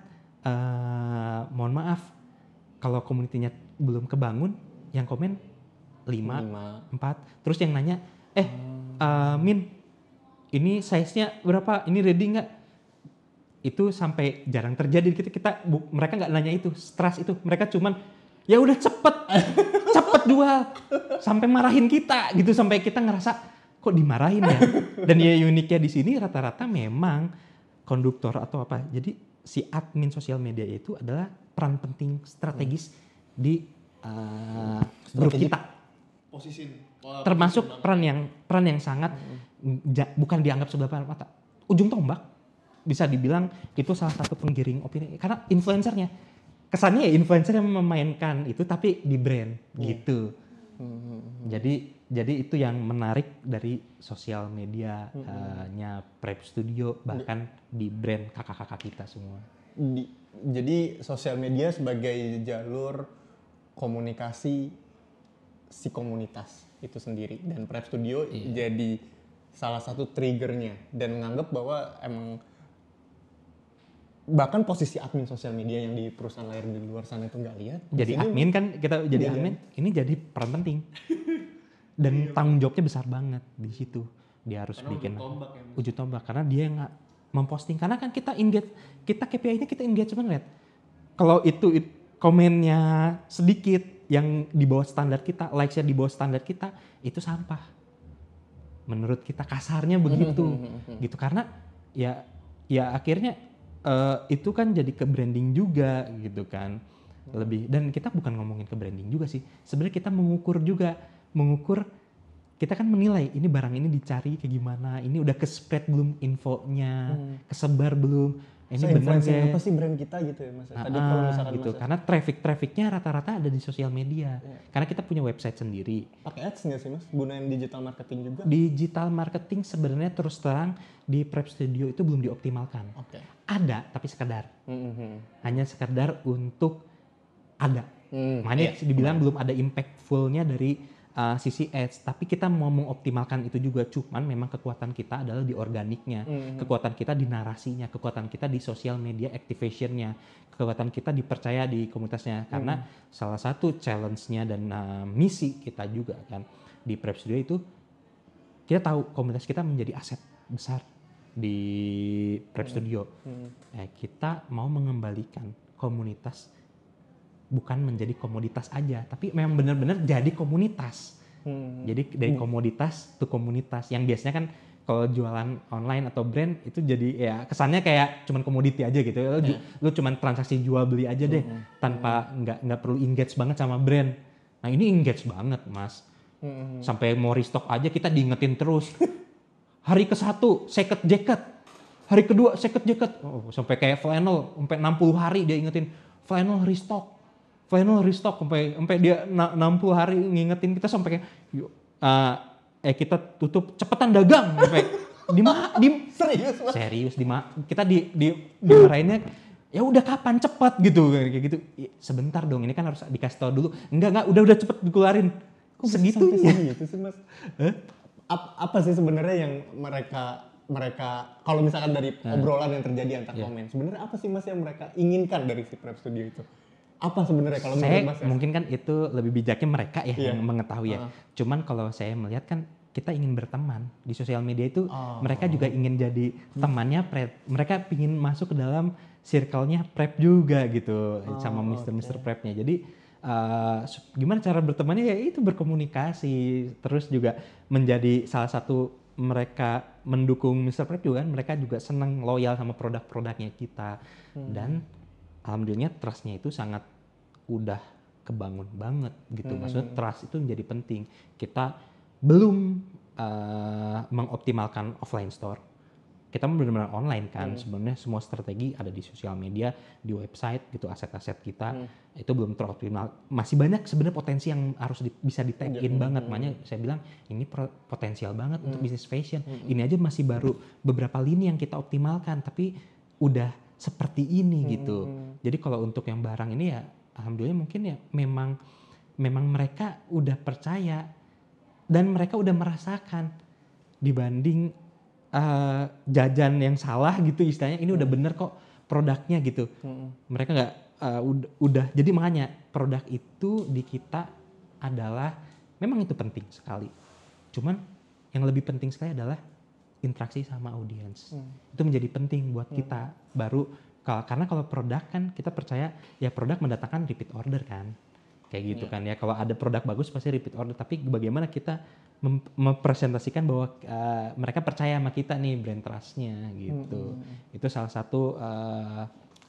uh, mohon maaf kalau komunitinya belum kebangun yang komen lima, Lima. empat, terus yang nanya, "Eh, uh, Min, ini size-nya berapa? Ini ready nggak?" Itu sampai jarang terjadi kita kita bu, mereka nggak nanya itu stress itu mereka cuman ya udah cepet cepet jual sampai marahin kita gitu sampai kita ngerasa kok dimarahin ya dan ya uniknya di sini rata-rata memang konduktor atau apa jadi si admin sosial media itu adalah peran penting strategis di uh, grup Strategi. kita posisi termasuk peran yang peran yang sangat ja- bukan dianggap sebelah mata ujung tombak bisa dibilang itu salah satu penggiring opini karena influencernya kesannya ya influencer yang memainkan itu tapi di brand gitu jadi jadi itu yang menarik dari sosial media uh, nya Prep Studio bahkan di brand kakak-kakak kita semua. Di- jadi sosial media sebagai jalur komunikasi si komunitas itu sendiri dan Prep Studio jadi salah satu triggernya dan menganggap bahwa emang bahkan posisi admin sosial media yang di perusahaan layar di luar sana itu nggak lihat. Jadi Di sini admin kan kita jadi Iya. admin ini jadi peran penting dan tanggung jawabnya besar banget di situ dia harus bikin tombak ya. ujung tombak karena dia nggak memposting karena kan kita engage kita K P I-nya kita engagement rate kalau itu it- komennya sedikit yang di bawah standar kita likes-nya di bawah standar kita itu sampah menurut kita kasarnya begitu gitu karena ya ya akhirnya eh, itu kan jadi ke branding juga gitu kan lebih dan kita bukan ngomongin ke branding juga sih sebenarnya kita mengukur juga mengukur kita kan menilai ini barang ini dicari kayak gimana ini udah ke spread belum infonya kesebar belum ini so, benar influencing nggak apa sih brand kita gitu ya Mas? Tadi Ah, kalau misalkan gitu Mas karena traffic trafficnya rata-rata ada di sosial media karena kita punya website sendiri pakai ads nggak sih Mas? Gunain digital marketing juga? digital marketing sebenarnya terus terang di Prep Studio itu belum dioptimalkan Oke. ada tapi sekedar Mhm. hanya sekedar untuk ada Hmm, makanya iya. dibilang belum ada impactfulnya dari uh, sisi ads, tapi kita mau mengoptimalkan itu juga. Cuman memang kekuatan kita adalah di organiknya, mm-hmm. kekuatan kita di narasinya, kekuatan kita di social media activation-nya, kekuatan kita dipercaya di komunitasnya. Karena mm-hmm. salah satu challenge-nya dan uh, misi kita juga kan di Prep Studio itu, kita tahu komunitas kita menjadi aset besar di Prep Studio. Mm-hmm. Eh, kita mau mengembalikan komunitas bukan menjadi komoditas aja, tapi memang benar-benar jadi komunitas. Hmm. Jadi dari komoditas ke komunitas. Yang biasanya kan kalau jualan online atau brand itu jadi ya kesannya kayak cuman komoditi aja gitu. Lu, yeah. lu cuman transaksi jual beli aja deh, hmm. tanpa nggak hmm. nggak perlu engage banget sama brand. Nah ini engage banget mas. Hmm. Sampai mau restock aja kita diingetin terus. Hari ke satu second jacket, hari kedua second jacket, oh, sampai kayak flannel, sampai enam puluh hari dia ingetin flannel restock. Final restock sampai sampai dia enam puluh hari ngingetin kita sampai kayak yuk uh, eh kita tutup cepetan dagang sampai di ma di serius mas? serius di ma kita di di dimarahinnya ya udah kapan cepat gitu kayak gitu sebentar dong ini kan harus dikasih tahu dulu enggak enggak udah udah cepet dikeluarin segitunya gitu sih mas. Huh? Apa sih sebenarnya yang mereka mereka kalau misalkan dari hmm. obrolan yang terjadi antar yeah. komen sebenarnya apa sih mas yang mereka inginkan dari si Prep Studio itu? Apa sebenarnya kalau menurut Mas? Saya mungkin kan itu lebih bijaknya mereka ya yeah. yang mengetahui ya. Uh. Cuman kalau saya melihat kan kita ingin berteman di sosial media itu oh. mereka juga ingin jadi hmm. temannya prep. Mereka ingin masuk ke dalam circle-nya prep juga gitu oh, sama mister-mister okay. prepnya. Jadi uh, gimana cara bertemannya ya itu berkomunikasi terus juga menjadi salah satu mereka mendukung mister Prep juga kan mereka juga senang loyal sama produk-produknya kita hmm. dan alhamdulillah trust-nya itu sangat udah kebangun banget gitu. Hmm. Maksudnya trust itu menjadi penting. Kita belum uh, mengoptimalkan offline store. Kita benar-benar online kan. Hmm. Sebenarnya semua strategi ada di sosial media, di website gitu aset-aset kita. Hmm. Itu belum teroptimal. Masih banyak sebenarnya potensi yang harus di, bisa di tag in hmm. banget. Makanya saya bilang ini pro, potensial banget hmm. untuk bisnis fashion. Hmm. Ini aja masih baru beberapa lini yang kita optimalkan tapi udah seperti ini hmm. gitu. Jadi kalau untuk yang barang ini ya alhamdulillah mungkin ya memang memang mereka udah percaya dan mereka udah merasakan dibanding uh, jajan yang salah gitu istilahnya ini hmm. udah bener kok produknya gitu. Hmm. Mereka nggak uh, udah, udah jadi makanya produk itu di kita adalah memang itu penting sekali. Cuman yang lebih penting sekali adalah interaksi sama audiens. Hmm. Itu menjadi penting buat hmm. kita. Baru kalau karena kalau produk kan kita percaya ya produk mendatangkan repeat order kan. Kayak gitu yeah. kan ya. Kalau ada produk bagus pasti repeat order, tapi bagaimana kita mem- mempresentasikan bahwa uh, mereka percaya sama kita nih brand trust-nya gitu. Hmm. Itu salah satu uh,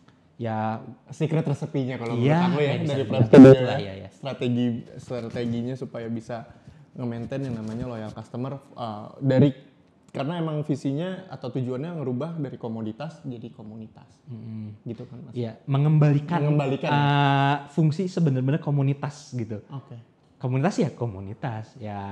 ya secret resepinya kalau iya, menurut aku ya, ya dari Prep Studio ya. Ya, ya. Strategi strateginya supaya bisa nge-maintain yang namanya loyal customer uh, dari karena emang visinya atau tujuannya ngerubah dari komoditas jadi komunitas, hmm. gitu kan mas? Iya, mengembalikan, mengembalikan uh, ya? fungsi sebenarnya komunitas gitu. Oke. Okay. Komunitas ya komunitas, ya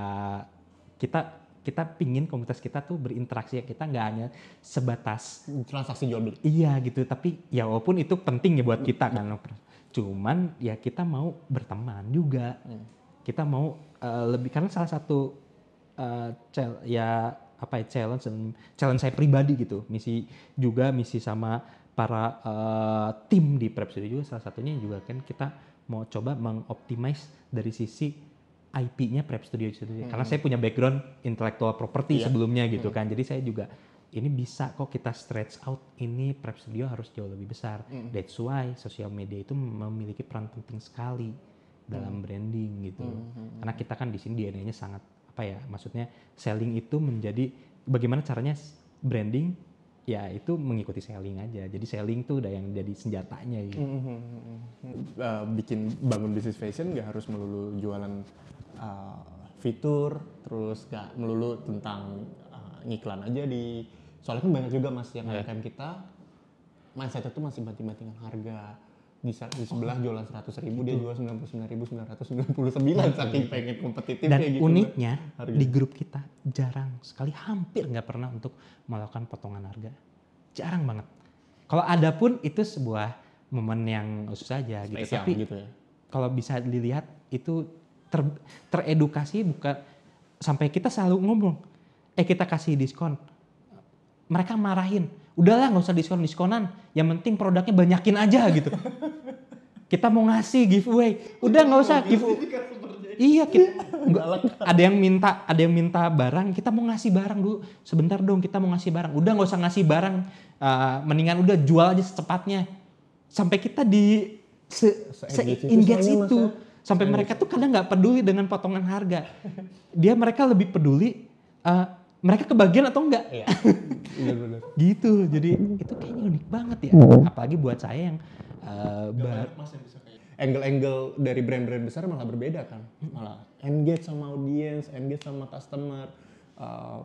kita kita pingin komunitas kita tuh berinteraksi ya kita nggak hanya sebatas transaksi jual beli. Iya gitu, tapi ya walaupun itu penting ya buat kita kan, cuman ya kita mau berteman juga, hmm. kita mau uh, lebih karena salah satu uh, cel ya apa ya challenge challenge saya pribadi gitu, misi juga misi sama para uh, tim di Prep Studio juga salah satunya juga kan kita mau coba mengoptimize dari sisi I P-nya Prep Studio itu hmm. karena saya punya background intellectual property yeah. sebelumnya gitu hmm. kan, jadi saya juga ini bisa kok kita stretch out ini Prep Studio harus jauh lebih besar. Hmm. That's why sosial media itu memiliki peran penting sekali dalam hmm. branding gitu, hmm. karena kita kan di sini D N A-nya sangat apa ya, maksudnya selling itu menjadi bagaimana caranya branding ya itu mengikuti selling aja, jadi selling tuh udah yang jadi senjatanya gitu. Mm-hmm. Uh, bikin bangun bisnis fashion nggak harus melulu jualan uh, fitur, terus nggak melulu tentang uh, ngiklan aja di, soalnya kan banyak juga mas yang yeah. U M K M kita mindset itu masih banting-bantingan harga. Di, di sebelah jualan seratus ribu, dia jual sembilan puluh sembilan ribu sembilan ratus sembilan puluh sembilan saking pengen kompetitif. Dan gitu, uniknya harga. Di grup kita jarang sekali, hampir nggak pernah untuk melakukan potongan harga, jarang banget. Kalau ada pun itu sebuah momen yang khusus saja gitu. Spesial, tapi gitu ya. Kalau bisa dilihat itu ter, teredukasi, bukan sampai kita selalu ngomong, eh kita kasih diskon. Mereka marahin, udahlah nggak usah diskon-diskonan, yang penting produknya banyakin aja gitu. Kita mau ngasih giveaway, udah nggak usah giveaway. Iya, kita, nggak, ada yang minta, ada yang minta barang, kita mau ngasih barang dulu, sebentar dong kita mau ngasih barang. Udah nggak usah ngasih barang, uh, mendingan udah jual aja secepatnya. Sampai kita di se, se engage itu, sampai mereka tuh kadang nggak peduli dengan potongan harga. Dia mereka lebih peduli uh, mereka kebagian atau enggak. Iya. Benar-benar. Gitu. Jadi itu kayaknya unik banget ya. Apalagi buat saya yang uh, bar- angle-angle dari brand-brand besar malah berbeda kan. Malah engage sama audience, engage sama customer, uh,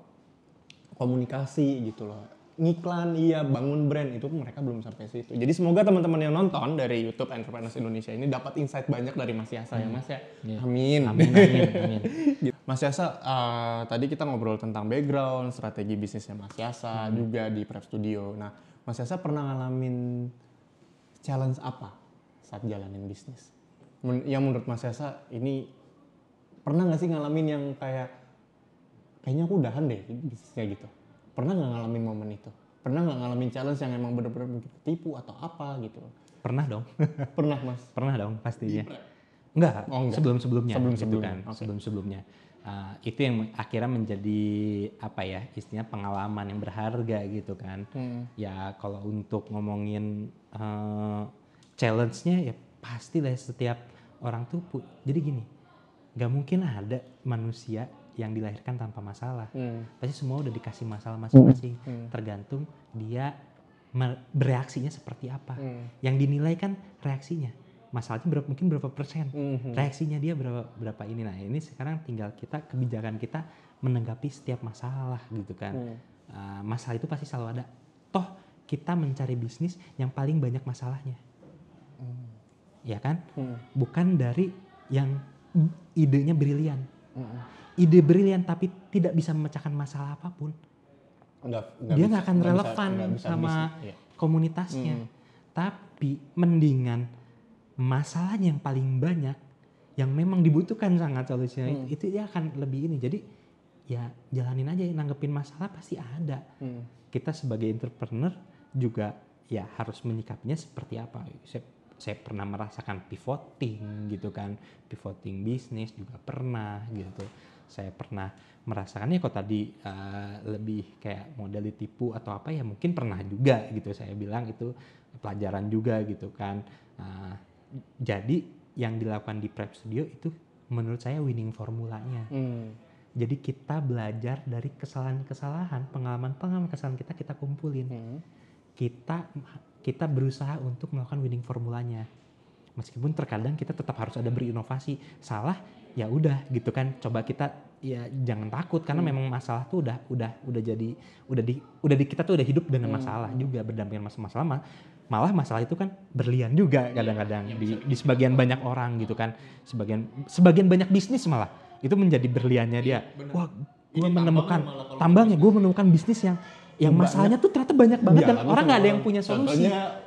komunikasi gitu loh. Ngiklan, iya, bangun brand, itu mereka belum sampai situ. Jadi semoga teman-teman yang nonton dari YouTube Entrepreneurs Indonesia ini dapat insight banyak dari Mas Yasa hmm. ya Mas ya. Yeah. Amin. Amin, amin, amin. Mas Yasa, uh, tadi kita ngobrol tentang background, strategi bisnisnya Mas Yasa, hmm. juga di Prep Studio. Nah, Mas Yasa pernah ngalamin challenge apa saat jalanin bisnis? Men- yang menurut Mas Yasa ini, pernah gak sih ngalamin yang kayak, kayaknya aku udahan deh bisnisnya gitu? Pernah nggak ngalamin momen itu? Pernah nggak ngalamin challenge yang emang bener-bener mungkin ketipu atau apa gitu? Pernah dong. Pernah Mas? Pernah dong pastinya. Enggak, oh, enggak. sebelum-sebelumnya. Sebelum-sebelumnya. Gitu kan. Okay. Sebelum-sebelumnya. Uh, itu yang akhirnya menjadi apa ya, istilahnya pengalaman yang berharga gitu kan. Hmm. Ya kalau untuk ngomongin uh, challenge-nya ya pasti lah setiap orang tuh. Pu- Jadi gini, nggak mungkin ada manusia yang dilahirkan tanpa masalah. Hmm. Pasti semua udah dikasih masalah masing-masing. Hmm. Tergantung dia bereaksinya seperti apa. Hmm. Yang dinilai kan reaksinya. Masalahnya berapa, mungkin berapa persen. Hmm. Reaksinya dia berapa berapa ini. Nah ini sekarang tinggal kita, kebijakan kita menanggapi setiap masalah gitu kan. Hmm. Uh, masalah itu pasti selalu ada. Toh kita mencari bisnis yang paling banyak masalahnya. Hmm. Ya kan? Hmm. Bukan dari yang idenya brilian. Hmm. Ide brilian tapi tidak bisa memecahkan masalah apapun, enggak, enggak dia nggak akan enggak relevan bisa, bisa sama bisnis, komunitasnya. Hmm. Tapi mendingan masalahnya yang paling banyak, yang memang dibutuhkan sangat solusinya, hmm. itu dia akan lebih ini. Jadi ya jalanin aja, nanggepin masalah pasti ada. Hmm. Kita sebagai entrepreneur juga ya harus menyikapinya seperti apa. Saya, saya pernah merasakan pivoting gitu kan, pivoting bisnis juga pernah gitu. Saya pernah merasakannya kok tadi uh, lebih kayak model ditipu atau apa ya mungkin pernah juga gitu, saya bilang itu pelajaran juga gitu kan. Uh, jadi yang dilakukan di Prep Studio itu menurut saya winning formulanya. Hmm. Jadi kita belajar dari kesalahan-kesalahan, pengalaman-pengalaman kesalahan kita kita kumpulin. Hmm. Kita kita berusaha untuk melakukan winning formulanya. Meskipun terkadang kita tetap harus ada berinovasi. Salah ya udah gitu kan, coba kita ya jangan takut karena hmm. memang masalah tuh udah udah udah jadi udah di udah di kita tuh udah hidup dengan masalah hmm. juga, berdampingan masalah-masalah. Malah masalah itu kan berlian juga kadang-kadang ya, di di sebagian banyak orang gitu kan, sebagian sebagian banyak bisnis malah itu menjadi berliannya dia. Ya, wah, gue menemukan tambangnya, gue menemukan bisnis yang yang masalahnya tuh ternyata banyak banget ya, dan orang nggak ada yang punya solusi.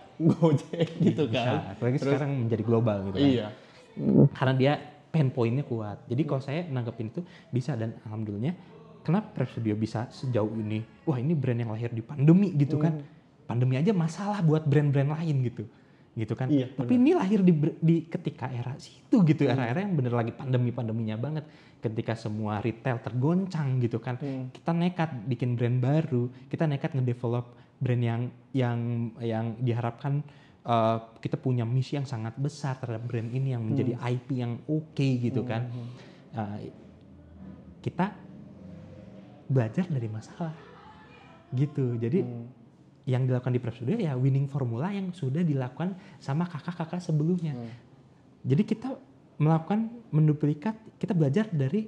Gojek gitu kan. Bisa, apalagi terus, sekarang menjadi global gitu kan. Iya. Karena dia pain point-nya kuat. Jadi kalau saya nanggepin itu bisa, dan alhamdulillahnya kenapa Prep Studio bisa sejauh ini? Wah, ini brand yang lahir di pandemi gitu kan. Pandemi aja masalah buat brand-brand lain gitu. Gitu kan. Iya, tapi bener. Ini lahir di, di ketika era situ gitu, hmm. era-era yang bener lagi pandemi-pandeminya banget. Ketika semua retail tergoncang gitu kan. Hmm. Kita nekat bikin brand baru, kita nekat ngedevelop brand yang yang yang diharapkan uh, kita punya misi yang sangat besar terhadap brand ini yang menjadi hmm. I P yang oke okay, gitu hmm. kan. Uh, kita belajar dari masalah gitu. Jadi hmm. yang dilakukan di Prep Studio ya winning formula yang sudah dilakukan sama kakak-kakak sebelumnya. Hmm. Jadi kita melakukan menduplikat, kita belajar dari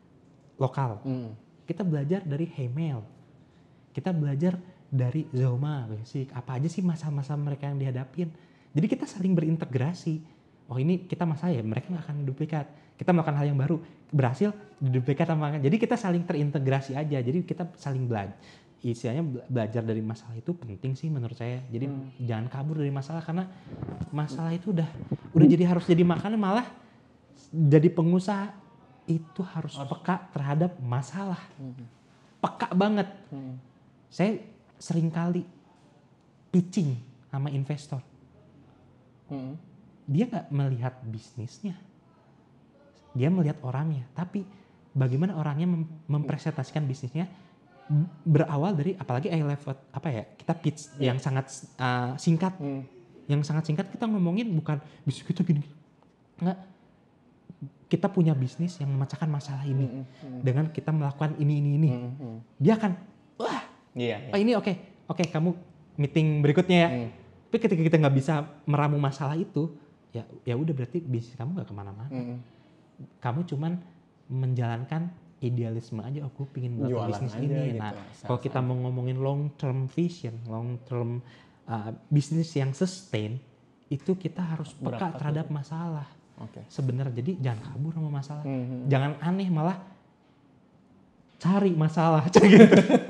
lokal. Hmm. Kita belajar dari Hemel. Kita belajar dari Zoma, Basic, apa aja sih masalah-masalah mereka yang dihadapin. Jadi kita saling berintegrasi. Oh ini kita masalah ya, mereka nggak akan duplikat. Kita melakukan hal yang baru, berhasil diduplikat sama mereka. Jadi kita saling terintegrasi aja. Jadi kita saling belajar. Istilahnya belajar dari masalah itu penting sih menurut saya. Jadi hmm. jangan kabur dari masalah, karena masalah itu udah udah jadi harus jadi makanan, malah jadi pengusaha itu harus peka terhadap masalah. Hmm. Peka banget. Hmm. Saya sering kali pitching sama investor. Hmm. Dia nggak melihat bisnisnya, dia melihat orangnya. Tapi bagaimana orangnya mem- mempresentasikan bisnisnya berawal dari, apalagi I level apa ya, kita pitch Yeah. yang sangat uh, singkat, Hmm. yang sangat singkat kita ngomongin bukan bisnis kita gini, nggak, kita punya bisnis yang memecahkan masalah ini Hmm. Hmm. dengan kita melakukan ini ini ini. Hmm. Hmm. Dia akan wah, Iya. oh ini oke, oke kamu meeting berikutnya ya. Hmm. Tapi ketika kita nggak bisa meramu masalah itu, ya ya udah berarti bisnis kamu nggak kemana-mana. Hmm. Kamu cuman menjalankan idealisme aja, oh gue pingin buat Jualan bisnis aja ini. gitu, Nah, asal-asal. kalau kita mau ngomongin long term vision, long term uh, bisnis yang sustain, itu kita harus peka Berapa terhadap masalah. Oke. Sebenarnya jadi jangan kabur sama masalah, Hmm. jangan aneh, malah cari masalah. gitu.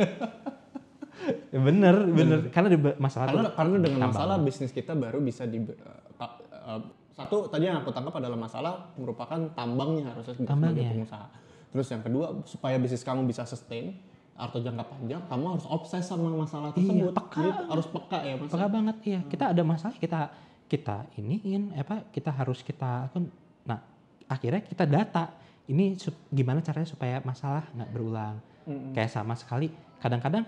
Ya bener, bener. Karena di masalah Karena tuh karena dengan tambah. masalah bisnis kita baru bisa di uh, ta- uh, satu tadi yang aku tangkap adalah masalah merupakan tambangnya harusnya sebagai Tambangnya. pengusaha. Terus yang kedua, supaya bisnis kamu bisa sustain atau jangka panjang, kamu harus obses sama masalah tersebut. Iya, peka. Jadi harus peka ya mas. Peka banget, iya. Kita ada masalah, kita kita iniin apa, kita harus kita kan. Nah, akhirnya kita data ini sup- gimana caranya supaya masalah nggak berulang. Mm-mm. Kayak sama sekali kadang-kadang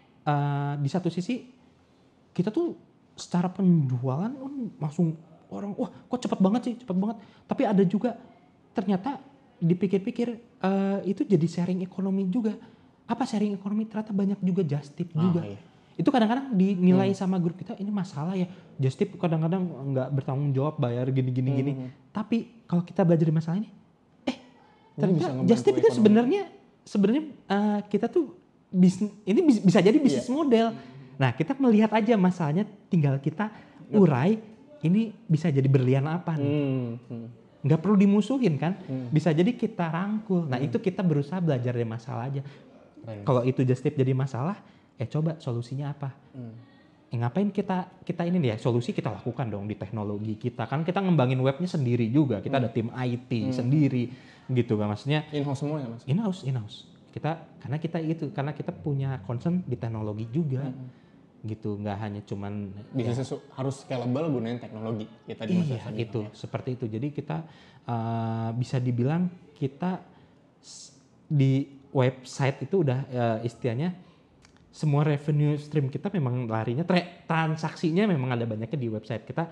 eh, di satu sisi kita tuh secara penjualan kan langsung orang wah kok cepet banget sih, cepet banget. Tapi ada juga ternyata dipikir-pikir eh, itu jadi sharing ekonomi juga. Apa sharing ekonomi? Ternyata banyak juga just tip Ah, juga. iya. Itu kadang-kadang dinilai sama grup kita ini masalah ya, just tip kadang-kadang nggak bertanggung jawab bayar gini-gini gini. Mhm. Tapi kalau kita belajar dari masalah ini, eh bisa ternyata ngebantu just tip itu ekonomi. sebenarnya sebenarnya eh, kita tuh bisnis ini bis- bisa jadi bisnis Iya. model. Nah kita melihat aja masalahnya, tinggal kita urai ini bisa jadi berlian apa nih. Hmm. Hmm. Nggak perlu dimusuhin kan, Hmm. bisa jadi kita rangkul. Nah itu kita berusaha belajar dari masalah aja. Keren. Kalau itu just tip jadi masalah, eh coba solusinya apa? Hmm. Eh, ngapain kita kita ini nih ya, solusi kita lakukan dong di teknologi kita. Kan kita ngembangin webnya sendiri juga, kita ada tim I T sendiri gitu kan, maksudnya In-house semua ya mas? in-house, in-house. Kita karena kita itu, karena kita punya concern di teknologi juga gitu, nggak hanya cuman Bisnis su- harus scalable gunain teknologi. Ya, tadi Mas iya Hasan itu bilang ya. seperti itu. Jadi kita uh, bisa dibilang kita s- di website itu udah uh, istilahnya semua revenue stream kita memang larinya tra- transaksinya memang ada banyaknya di website kita.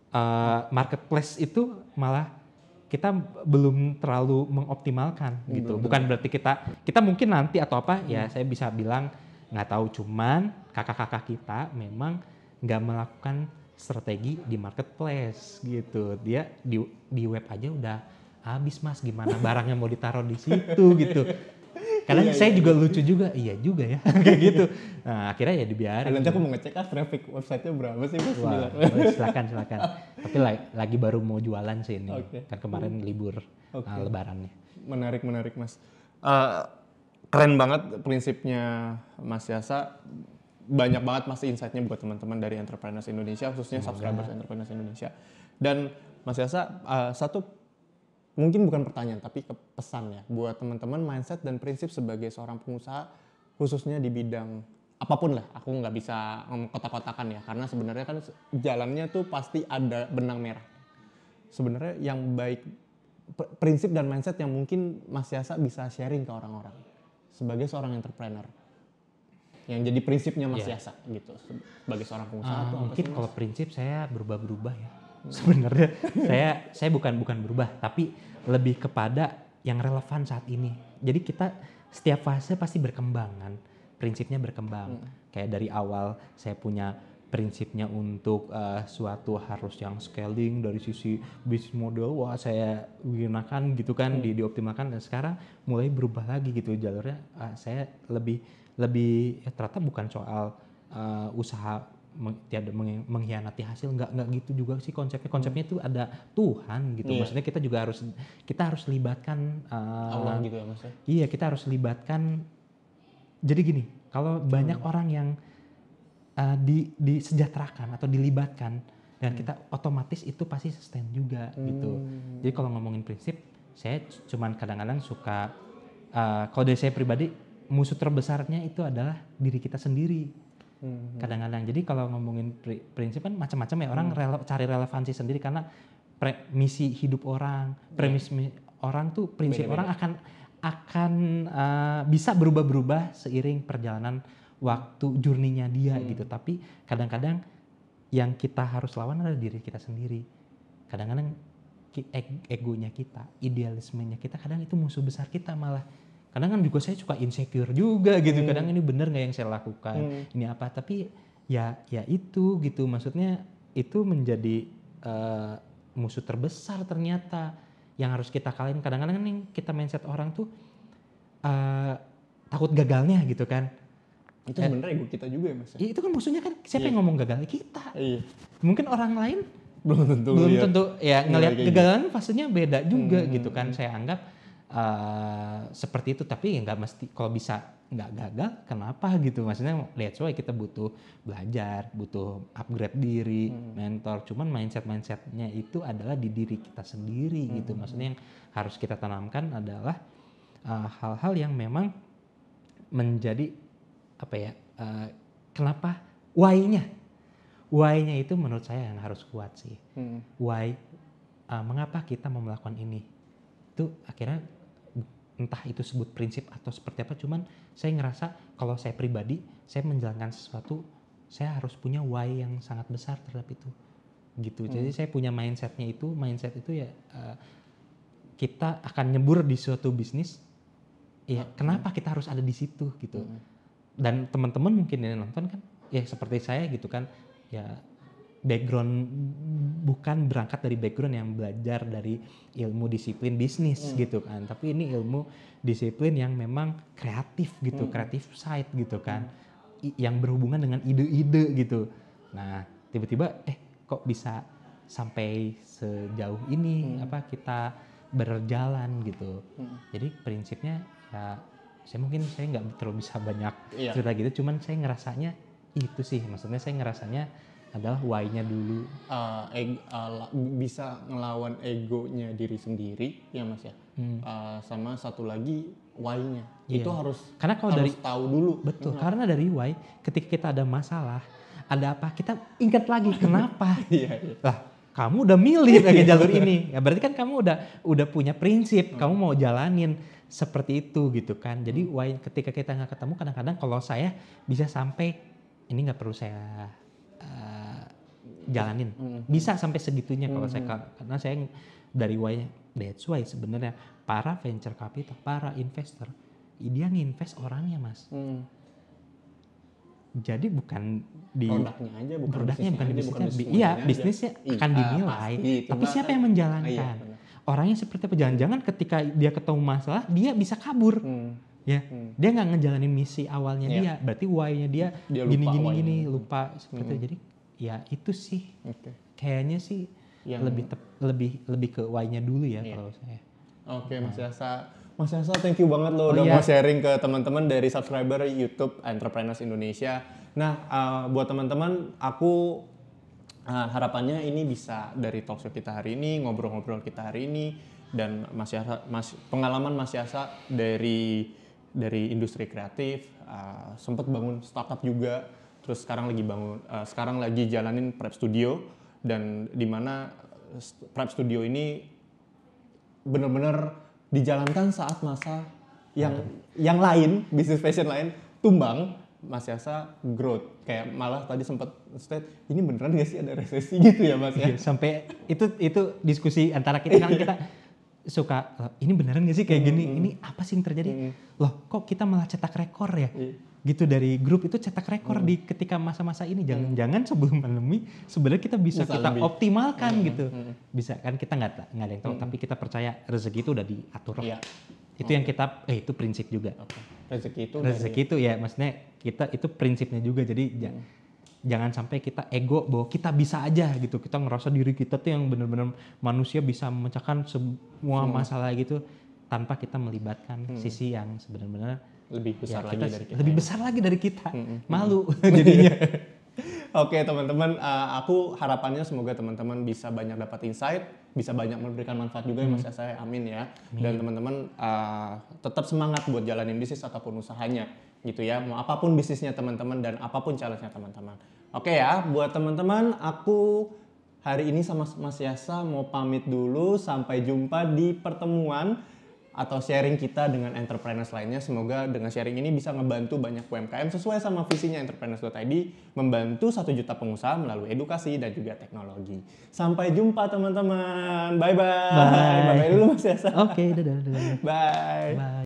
Uh, marketplace itu malah kita belum terlalu mengoptimalkan gitu. Bukan berarti kita kita mungkin nanti atau apa ya saya bisa bilang nggak tahu, cuman kakak-kakak kita memang nggak melakukan strategi di marketplace gitu. Dia di di web aja udah habis mas, gimana barangnya mau ditaruh di situ gitu. Kadang Iya, saya iya, juga lucu juga, iya juga ya kayak gitu. Nah, akhirnya ya dibiarin. Nanti aku mau ngecek ah traffic website-nya berapa sih mas? Wah, Gila. boleh, silakan silakan. Tapi la- lagi baru mau jualan sih ini. Oke. Kan kemarin libur Oke. uh, lebarannya. Menarik, menarik mas. Eh, keren banget prinsipnya Mas Yasa. Banyak banget mas insight-nya buat teman-teman dari Entrepreneurs Indonesia, khususnya subscribers Entrepreneurs Indonesia. Dan Mas Yasa, eh, satu mungkin bukan pertanyaan tapi ke pesan ya buat teman-teman mindset dan prinsip sebagai seorang pengusaha, khususnya di bidang apapun lah. Aku nggak bisa ngomong kotak-kotakan ya, karena sebenarnya kan jalannya tuh pasti ada benang merah. Sebenarnya yang baik, p- prinsip dan mindset yang mungkin Mas Yasa bisa sharing ke orang-orang sebagai seorang entrepreneur, yang jadi prinsipnya Mas Iya. Yasa gitu sebagai seorang pengusaha Uh, tuh apa mungkin sih, Mas? kalau prinsip saya berubah-berubah ya. Sebenarnya saya saya bukan bukan berubah, tapi lebih kepada yang relevan saat ini. Jadi kita setiap fase pasti berkembang kan, prinsipnya berkembang. Kayak dari awal saya punya prinsipnya untuk uh, suatu harus yang scaling dari sisi bisnis model, wah saya gunakan gitu kan, di dioptimalkan, dan sekarang mulai berubah lagi gitu jalurnya. Uh, saya lebih lebih ya, ternyata bukan soal uh, usaha meng- tiada meng- mengkhianati hasil, nggak nggak gitu juga sih konsepnya. Konsepnya itu ada Tuhan gitu. Iya. Maksudnya kita juga harus kita harus libatkan uh, Allah gitu ya Mas ya? Iya, kita harus libatkan. Jadi gini, kalau banyak orang yang uh, di disejahterakan atau dilibatkan, dan kita otomatis itu pasti sustain juga gitu. Jadi kalau ngomongin prinsip, saya c- cuman kadang-kadang suka uh, kalau dari saya pribadi musuh terbesarnya itu adalah diri kita sendiri. Hmm. Kadang-kadang jadi kalau ngomongin pri- prinsip kan macam-macam ya orang rele- cari relevansi sendiri karena pre- misi hidup orang, premis mi- orang tuh prinsip Beda-beda. orang akan akan uh, bisa berubah-berubah seiring perjalanan waktu journey-nya dia gitu. Tapi kadang-kadang yang kita harus lawan adalah diri kita sendiri. Kadang-kadang ki- eg- egonya kita, idealismenya kita, kadang itu musuh besar kita malah. Kadang kan juga saya suka insecure juga gitu. Kadang ini bener nggak yang saya lakukan, ini apa? Tapi ya ya itu gitu. Maksudnya itu menjadi uh, musuh terbesar ternyata yang harus kita kalahin. Kadang-kadang kan yang kita mindset orang tuh uh, takut gagalnya gitu kan. Itu sebenarnya ego kita juga ya Mas. Ya itu kan musuhnya kan siapa yang ngomong gagal? Kita. Iya. Mungkin orang lain Belum tentu. belum lihat. tentu ya ngelihat kayak kegagalan pastinya beda juga gitu kan. Saya anggap uh, seperti itu tapi ya nggak mesti kalau bisa nggak gagal kenapa gitu. Maksudnya that's why kita butuh belajar, butuh upgrade diri, mentor. Cuman mindset-mindsetnya itu adalah di diri kita sendiri gitu. Maksudnya yang harus kita tanamkan adalah uh, hal-hal yang memang menjadi apa ya, uh, kenapa why-nya why-nya itu menurut saya yang harus kuat sih. Hmm. Why, uh, mengapa kita mau melakukan ini itu akhirnya entah itu sebut prinsip atau seperti apa, cuman saya ngerasa kalau saya pribadi saya menjalankan sesuatu saya harus punya why yang sangat besar terhadap itu gitu. Hmm. Jadi saya punya mindsetnya itu mindset itu ya uh, kita akan nyebur di suatu bisnis ya Hmm. kenapa kita harus ada di situ gitu. Hmm. Dan teman-teman mungkin yang nonton kan ya seperti saya gitu kan ya background bukan berangkat dari background yang belajar dari ilmu disiplin bisnis Hmm. gitu kan, tapi ini ilmu disiplin yang memang kreatif gitu, Hmm. kreatif side gitu kan, I- yang berhubungan dengan ide-ide gitu. Nah tiba-tiba eh kok bisa sampai sejauh ini Hmm. apa kita berjalan gitu. Hmm. Jadi prinsipnya ya saya mungkin saya nggak terlalu bisa banyak Iya. cerita gitu, cuman saya ngerasanya itu sih, maksudnya saya ngerasanya adalah why-nya dulu. Uh, eg- uh, la- bisa ngelawan egonya diri sendiri ya Mas ya. Hmm. Uh, sama satu lagi why-nya. Iya. Itu harus Karena kalau harus dari- tahu dulu. Betul, karena dari why, ketika kita ada masalah, ada apa, kita ingat lagi kenapa. Iya, iya. Lah, kamu udah milih pakai jalur ini, ya berarti kan kamu udah udah punya prinsip, kamu mau jalanin seperti itu gitu kan. Jadi why ketika kita nggak ketemu, kadang-kadang kalau saya bisa sampai ini nggak perlu saya uh, jalanin, bisa sampai segitunya kalau saya karena saya dari why that's why sebenarnya para venture capital, para investor dia nginvest orangnya Mas. Hmm. Jadi bukan di Produknya aja bukan produknya bukan di bisnisnya aja, bisnisnya, bukan iya bisnisnya aja. bisnisnya Iya, akan dinilai, pasti. Itu tapi nggak siapa kan- yang Ah, iya, menjalankan? benar. Orangnya seperti apa? Jangan-jangan ketika dia ketemu masalah dia bisa kabur, Hmm. ya Hmm. dia nggak ngejalanin misi awalnya Iya. dia, berarti why-nya dia, Dia lupa gini gini why-nya. gini lupa seperti itu. Jadi ya itu sih Oke. kayaknya sih Yang- lebih tep- lebih lebih ke why-nya dulu ya Iya. kalau saya. Oke Mas Yasa, Mas Yasa thank you banget loh Oh, udah iya. mau sharing ke teman-teman dari subscriber YouTube Entrepreneurs Indonesia. Nah uh, buat teman-teman aku uh, harapannya ini bisa dari talkshow kita hari ini, ngobrol-ngobrol kita hari ini, dan Mas Yasa, Mas, pengalaman Mas Yasa dari dari industri kreatif, uh, sempat bangun startup juga, terus sekarang lagi bangun, uh, sekarang lagi jalanin Prep Studio, dan dimana Prep Studio ini benar-benar dijalankan saat masa yang yang lain, bisnis fashion lain tumbang, Mas Yasa growth. Kayak malah tadi sempat state, ini beneran gak sih ada resesi gitu ya Mas ya? Iya, sampai itu itu diskusi antara kita kan kita suka ini beneran gak sih kayak gini, ini apa sih yang terjadi? Loh kok kita malah cetak rekor ya? Iya. Gitu dari grup itu cetak rekor di ketika masa-masa ini. Jangan-jangan sebelum pandemi sebenarnya kita bisa, Bisa kita lebih. optimalkan gitu. Bisa kan kita nggak nggak ada yang tahu, tapi kita percaya rezeki itu udah diatur. Iya. Itu yang kita eh itu prinsip juga. Oke. Rezeki itu Rezeki itu ya maksudnya kita itu prinsipnya juga. Jadi ja- jangan sampai kita ego bahwa kita bisa aja gitu. Kita ngerasa diri kita tuh yang benar-benar manusia bisa memecahkan semua masalah gitu tanpa kita melibatkan sisi yang sebenarnya lebih besar ya, lagi kita dari kita. lebih ya. besar lagi dari kita. Mm-mm. Malu jadinya. Oke teman-teman, uh, aku harapannya semoga teman-teman bisa banyak dapat insight, bisa banyak memberikan manfaat juga ya Mas Yasa, amin ya. Dan teman-teman uh, tetap semangat buat jalanin bisnis ataupun usahanya gitu ya. Mau apapun bisnisnya teman-teman dan apapun challenge-nya teman-teman. Oke ya, buat teman-teman aku hari ini sama Mas Yasa mau pamit dulu, sampai jumpa di pertemuan atau sharing kita dengan entrepreneurs lainnya. Semoga dengan sharing ini bisa ngebantu banyak U M K M sesuai sama visinya entrepreneurs dot I D, membantu satu juta pengusaha melalui edukasi dan juga teknologi. Sampai jumpa teman-teman. Bye-bye. Bye. Bye-bye dulu Mas Yasa. Oke, dadah, dadah. Bye. Bye.